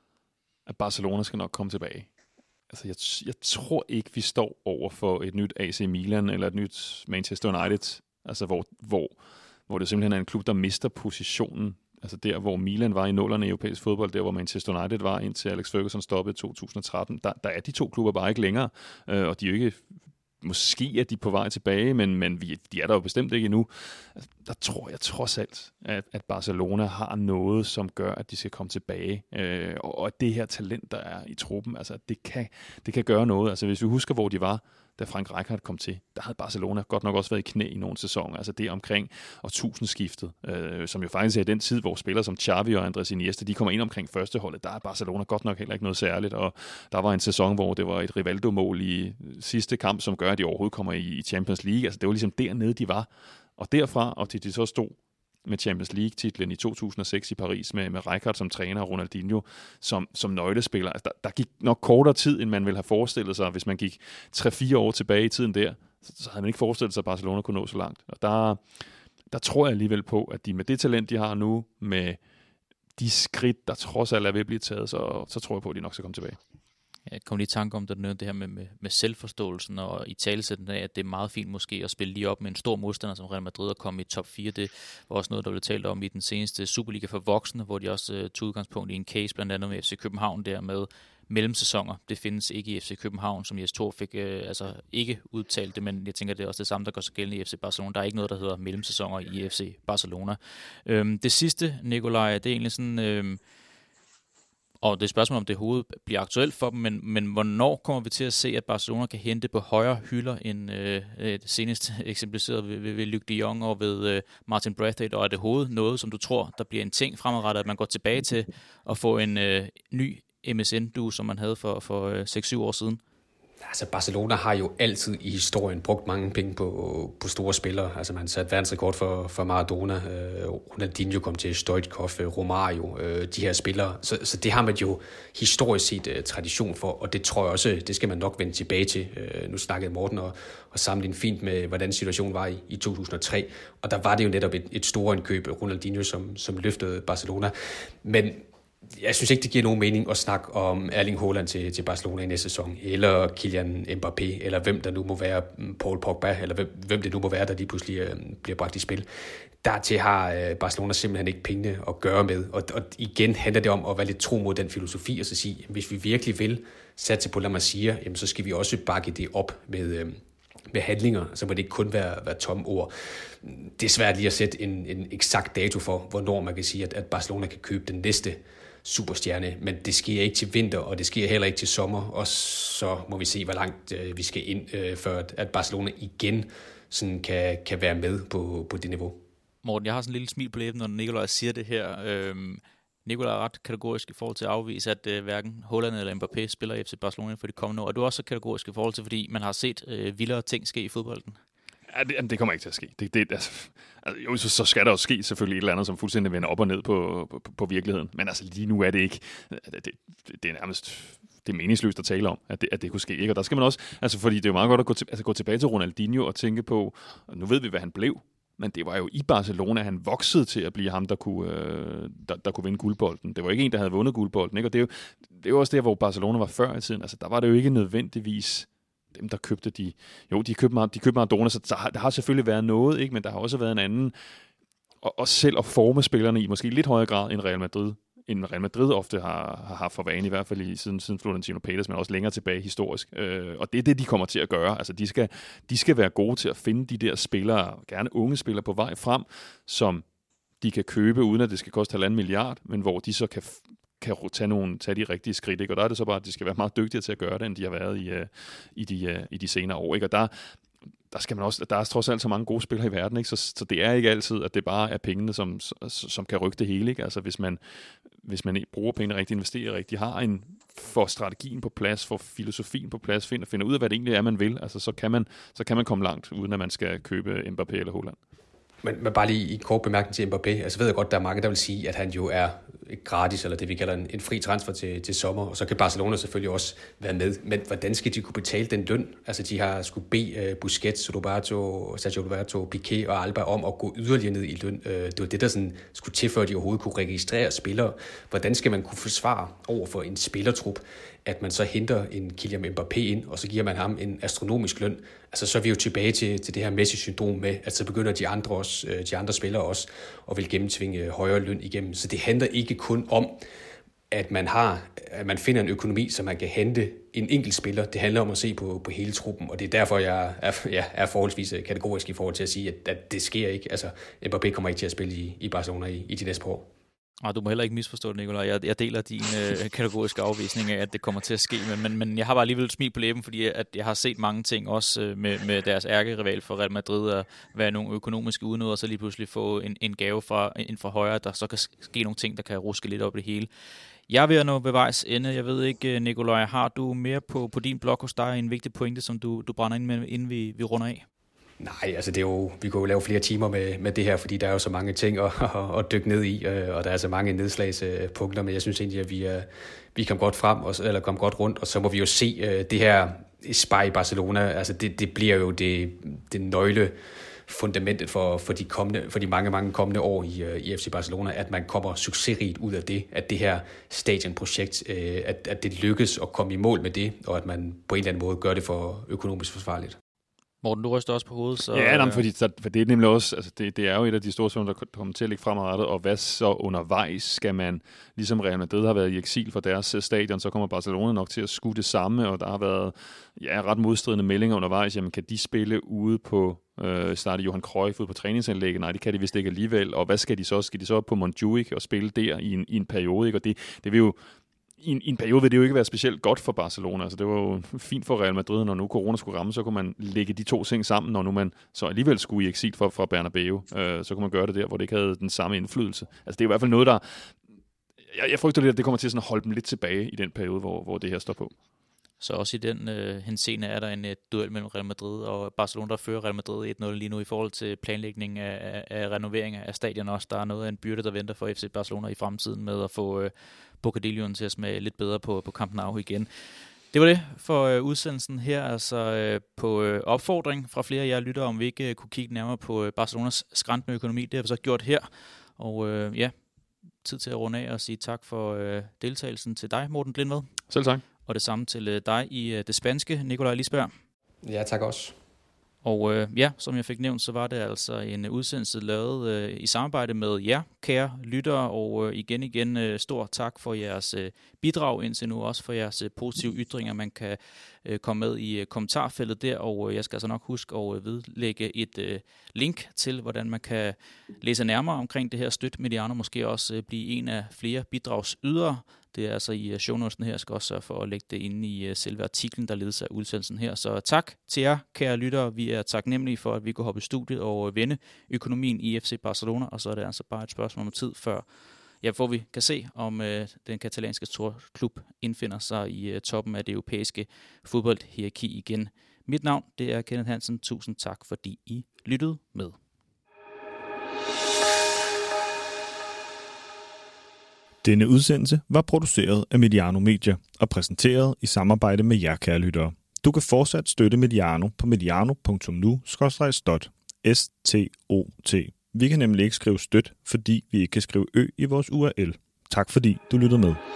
at Barcelona skal nok komme tilbage. Altså, jeg, jeg tror ikke, vi står over for et nyt A C Milan eller et nyt Manchester United, altså hvor, hvor, hvor det simpelthen er en klub, der mister positionen. Altså der, hvor Milan var i nullerne i europæisk fodbold, der hvor Manchester United var, indtil Alex Ferguson stoppede i to tusind og tretten, der, der er de to klubber bare ikke længere, øh, og de er jo ikke, måske er de på vej tilbage, men, men vi, de er der jo bestemt ikke endnu. Altså, der tror jeg trods alt, at, at Barcelona har noget, som gør, at de skal komme tilbage, øh, og, og at det her talent, der er i truppen, altså det kan, det kan gøre noget. Altså hvis vi husker, hvor de var, da Frank Rijkaard kom til, der havde Barcelona godt nok også været i knæ i nogle sæsoner, altså det omkring årtusindskiftet, øh, som jo faktisk er i den tid, hvor spillere som Xavi og Andres Iniesta, de kommer ind omkring førsteholdet, der er Barcelona godt nok heller ikke noget særligt, og der var en sæson, hvor det var et Rivaldo-mål i sidste kamp, som gør, at de overhovedet kommer i Champions League, altså det var ligesom dernede, de var, og derfra, og til de så stod med Champions League-titlen i to tusind og seks i Paris med, med Rijkaard som træner og Ronaldinho som, som nøglespiller. Altså, der, der gik nok kortere tid, end man ville have forestillet sig. Hvis man gik tre fire år tilbage i tiden der, så, så havde man ikke forestillet sig, at Barcelona kunne nå så langt. Og der, der tror jeg alligevel på, at de med det talent, de har nu, med de skridt, der trods alt er ved at blive taget, så, så tror jeg på, at de nok skal komme tilbage. Jeg kom lige i tanke om, det, det her med, med, med selvforståelsen og i talesætten af, at det er meget fint måske at spille lige op med en stor modstander som Real Madrid og komme i top fire. Det var også noget, der blev talt om i den seneste Superliga for voksne, hvor de også uh, tog udgangspunkt i en case, blandt andet med F C København der med mellemsæsoner. Det findes ikke i F C København, som Jes Thor fik øh, altså ikke udtalt det, men jeg tænker, det er også det samme, der går så gældende i F C Barcelona. Der er ikke noget, der hedder mellemsæsoner i F C Barcelona. Øhm, det sidste, Nikolaj, det er egentlig sådan... Øhm, Og det er et spørgsmål, om det overhovedet bliver aktuelt for dem, men, men hvornår kommer vi til at se, at Barcelona kan hente på højere hylder end øh, senest eksemplificeret ved, ved, ved Luc de Jong og ved øh, Martin Braithwaite, og er det overhovedet noget, som du tror, der bliver en ting fremadrettet, at man går tilbage til at få en øh, ny M S N-duo, som man havde for, for øh, seks syv år siden? Altså Barcelona har jo altid i historien brugt mange penge på, på store spillere. Altså man satte verdensrekord for, for Maradona, øh, Ronaldinho kom til, Stoichkov, Romario, øh, de her spillere. Så, så det har man jo historisk set øh, tradition for, og det tror jeg også, det skal man nok vende tilbage til. Øh, nu snakkede Morten og, og sammenligne fint med, hvordan situationen var i, i to tusind og tre, og der var det jo netop et, et store indkøb, Ronaldinho, som, som løftede Barcelona. Men jeg synes ikke, det giver nogen mening at snakke om Erling Haaland til, til Barcelona i næste sæson, eller Kylian Mbappé, eller hvem der nu må være, Paul Pogba, eller hvem, hvem det nu må være, der lige pludselig øh, bliver bragt i spil. Dertil har øh, Barcelona simpelthen ikke pengene at gøre med, og, og igen handler det om at være lidt tro mod den filosofi, og så sige, at hvis vi virkelig vil satse på La Masia, jamen, så skal vi også bakke det op med, øh, med handlinger, så må det ikke kun være, være tomme ord. Det er svært lige at sætte en, en eksakt dato for, hvornår man kan sige, at, at Barcelona kan købe den næste superstjerne, men det sker ikke til vinter, og det sker heller ikke til sommer, og så må vi se, hvor langt øh, vi skal ind, øh, før at Barcelona igen sådan kan, kan være med på, på det niveau. Morten, jeg har sådan en lille smil på læben, når Nikolaj siger det her. Øhm, Nikolaj er ret kategorisk i forhold til at afvise, at øh, hverken Haaland eller Mbappé spiller i F C Barcelona for de kommende år. Er du også kategorisk i forhold til, fordi man har set øh, vildere ting ske i fodbolden? Ja, det, det kommer ikke til at ske. Det, det, altså, altså, jo, så, så skal der også ske selvfølgelig et eller andet, som fuldstændig vender op og ned på, på, på virkeligheden. Men altså lige nu er det ikke. Det, det, det er nærmest det er meningsløst at tale om, at det, at det kunne ske. Ikke? Og der skal man også, altså fordi det er jo meget godt at gå, til, altså, gå tilbage til Ronaldinho og tænke på, nu ved vi, hvad han blev. Men det var jo i Barcelona, han voksede til at blive ham, der kunne, øh, der, der kunne vinde guldbolden. Det var ikke en, der havde vundet guldbolden. Ikke? Og det er, jo, det er jo også der, hvor Barcelona var før i tiden. Altså, der var det jo ikke nødvendigvis dem, der købte de... Jo, de købte, de købte Maradona, så der har, der har selvfølgelig været noget, ikke? Men der har også været en anden... Og, og selv at forme spillerne i måske lidt højere grad end Real Madrid. End Real Madrid ofte har, har haft for vane, i hvert fald i, siden, siden Florentino Pérez, men også længere tilbage historisk. Øh, og det er det, de kommer til at gøre. Altså, de skal, de skal være gode til at finde de der spillere, gerne unge spillere på vej frem, som de kan købe, uden at det skal koste halvanden milliard, men hvor de så kan... kan tage, nogle, tage de rigtige skridt, ikke? Og der er det så bare, at de skal være meget dygtigere til at gøre det, end de har været i, uh, i, de, uh, i de senere år. Ikke? Og der, der, skal man også, der er trods alt så mange gode spillere i verden, ikke? Så, så det er ikke altid, at det bare er pengene, som, som kan rykke det hele. Ikke? Altså hvis man, hvis man bruger pengene rigtigt, investerer rigtigt, har en for strategien på plads, for filosofien på plads, finder, finder ud af, hvad det egentlig er, man vil, altså, så, kan man, så kan man komme langt, uden at man skal købe Mbappé eller Haaland. Men, men bare lige i kort bemærkning til Mbappé, altså ved jeg godt, der er mange, der vil sige, at han jo er gratis, eller det vi kalder en, en fri transfer til, til sommer, og så kan Barcelona selvfølgelig også være med. Men hvordan skal de kunne betale den løn? Altså de har skulle bede uh, Busquets, Roberto, Sergio Roberto, Piqué og Alba om at gå yderligere ned i løn. Uh, det var det, der sådan skulle til, før de overhovedet kunne registrere spillere. Hvordan skal man kunne forsvare over for en spillertrup, at man så henter en Kylian Mbappé ind, og så giver man ham en astronomisk løn? Altså så er vi jo tilbage til, til det her Messi-syndrom med, at så begynder de andre, også, de andre spillere også at vil gennemtvinge højere løn igennem. Så det handler ikke kun om, at man har, at man finder en økonomi, så man kan hente en enkelt spiller. Det handler om at se på, på hele truppen, og det er derfor, jeg er, ja, er forholdsvis kategorisk i forhold til at sige, at, at det sker ikke. Altså Mbappé kommer ikke til at spille i, i Barcelona i, i de næste par år. Ah, du må heller ikke misforstå det, Nikolaj. Jeg, jeg deler din øh, kategoriske afvisning af, at det kommer til at ske, men, men, men jeg har bare alligevel et smil på læben, fordi at jeg har set mange ting, også øh, med, med deres ærkerival for Real Madrid, at være nogle økonomiske udnåder, og så lige pludselig få en, en gave fra, en fra højre, der så kan ske nogle ting, der kan ruske lidt op det hele. Jeg er ved at nå ved vejs ende. Jeg ved ikke, Nikolaj, har du mere på, på din blog hos dig en vigtig pointe, som du, du brænder ind med, inden vi, vi runder af? Nej, altså det er jo, vi kunne jo lave flere timer med, med det her, fordi der er jo så mange ting at, at, at dykke ned i, og der er så mange nedslagspunkter, men jeg synes egentlig, at vi, vi kom godt frem, og, eller kom godt rundt, og så må vi jo se det her spy i Barcelona, altså det, det bliver jo det, det nøgle fundamentet for, for, de kommende, for de mange, mange kommende år i, i F C Barcelona, at man kommer succesrigt ud af det, at det her stadionprojekt, at, at det lykkes at komme i mål med det, og at man på en eller anden måde gør det for økonomisk forsvarligt. Morten, du ryster også på hovedet. Så ja, nej, fordi for det er nemlig også, altså det, det er jo et af de store spørgsmål, der kommer til at ligge fremadrettet, og hvad så undervejs skal man, ligesom Real Madrid har været i eksil for deres stadion, så kommer Barcelona nok til at skue det samme, og der har været ja, ret modstridende meldinger undervejs. Jamen, kan de spille ude på øh, snart Johan Cruyff ude på træningsanlægget? Nej, det kan de vist ikke alligevel. Og hvad skal de så? Skal de så op på Montjuic og spille der i en, i en periode? Ikke? Og det, det vil jo i en, i en periode vil det jo ikke være specielt godt for Barcelona. Altså, det var jo fint for Real Madrid, når nu corona skulle ramme, så kunne man lægge de to ting sammen, når nu man så alligevel skulle i eksil fra, fra Bernabeu. Øh, så kunne man gøre det der, hvor det ikke havde den samme indflydelse. Altså, det er i hvert fald noget, der... Jeg, jeg frygter lidt, at det kommer til sådan at holde dem lidt tilbage i den periode, hvor, hvor det her står på. Så også i den øh, henseende er der en et duel mellem Real Madrid og Barcelona, der fører Real Madrid et nul lige nu i forhold til planlægning af, af renovering af stadion også. Der er noget af en byrde, der venter for F C Barcelona i fremtiden med at få øh, Bocadilloen til at smage lidt bedre på, på Camp Nou igen. Det var det for øh, udsendelsen her, altså øh, på øh, opfordring fra flere af jer lyttere, om vi ikke øh, kunne kigge nærmere på øh, Barcelonas skrantende økonomi. Det har vi så gjort her, og øh, ja, tid til at runde af og sige tak for øh, deltagelsen til dig, Morten Blindvad. Selv tak. Og det samme til øh, dig i øh, det spanske, Nikolaj Lisberg. Ja, tak også. Og øh, ja, som jeg fik nævnt, så var det altså en udsendelse lavet øh, i samarbejde med jer, kære lyttere, og øh, igen igen øh, stor tak for jeres øh, bidrag indtil nu, også for jeres øh, positive ytringer. Man kan øh, komme med i øh, kommentarfeltet der, og øh, jeg skal altså nok huske at øh, vedlægge et øh, link til, hvordan man kan læse nærmere omkring det her støt Mediano, måske også øh, blive en af flere bidragsydere. Det er altså i shownoten her. Jeg skal også sørge for at lægge det inde i selve artiklen, der ledes af udsendelsen her. Så tak til jer, kære lyttere. Vi er taknemmelige for, at vi kunne hoppe i studiet og vende økonomien i F C Barcelona. Og så er det altså bare et spørgsmål om tid, før ja, hvor vi kan se, om øh, den katalanske klub indfinder sig i øh, toppen af det europæiske fodboldhierarki igen. Mit navn, det er Kenneth Hansen. Tusind tak, fordi I lyttede med. Denne udsendelse var produceret af Mediano Media og præsenteret i samarbejde med jer, kære lyttere. Du kan fortsat støtte Mediano på mediano punktum nu skråstreg stot. S T O T. Vi kan nemlig ikke skrive støt, fordi vi ikke kan skrive ø i vores U R L. Tak fordi du lyttede med.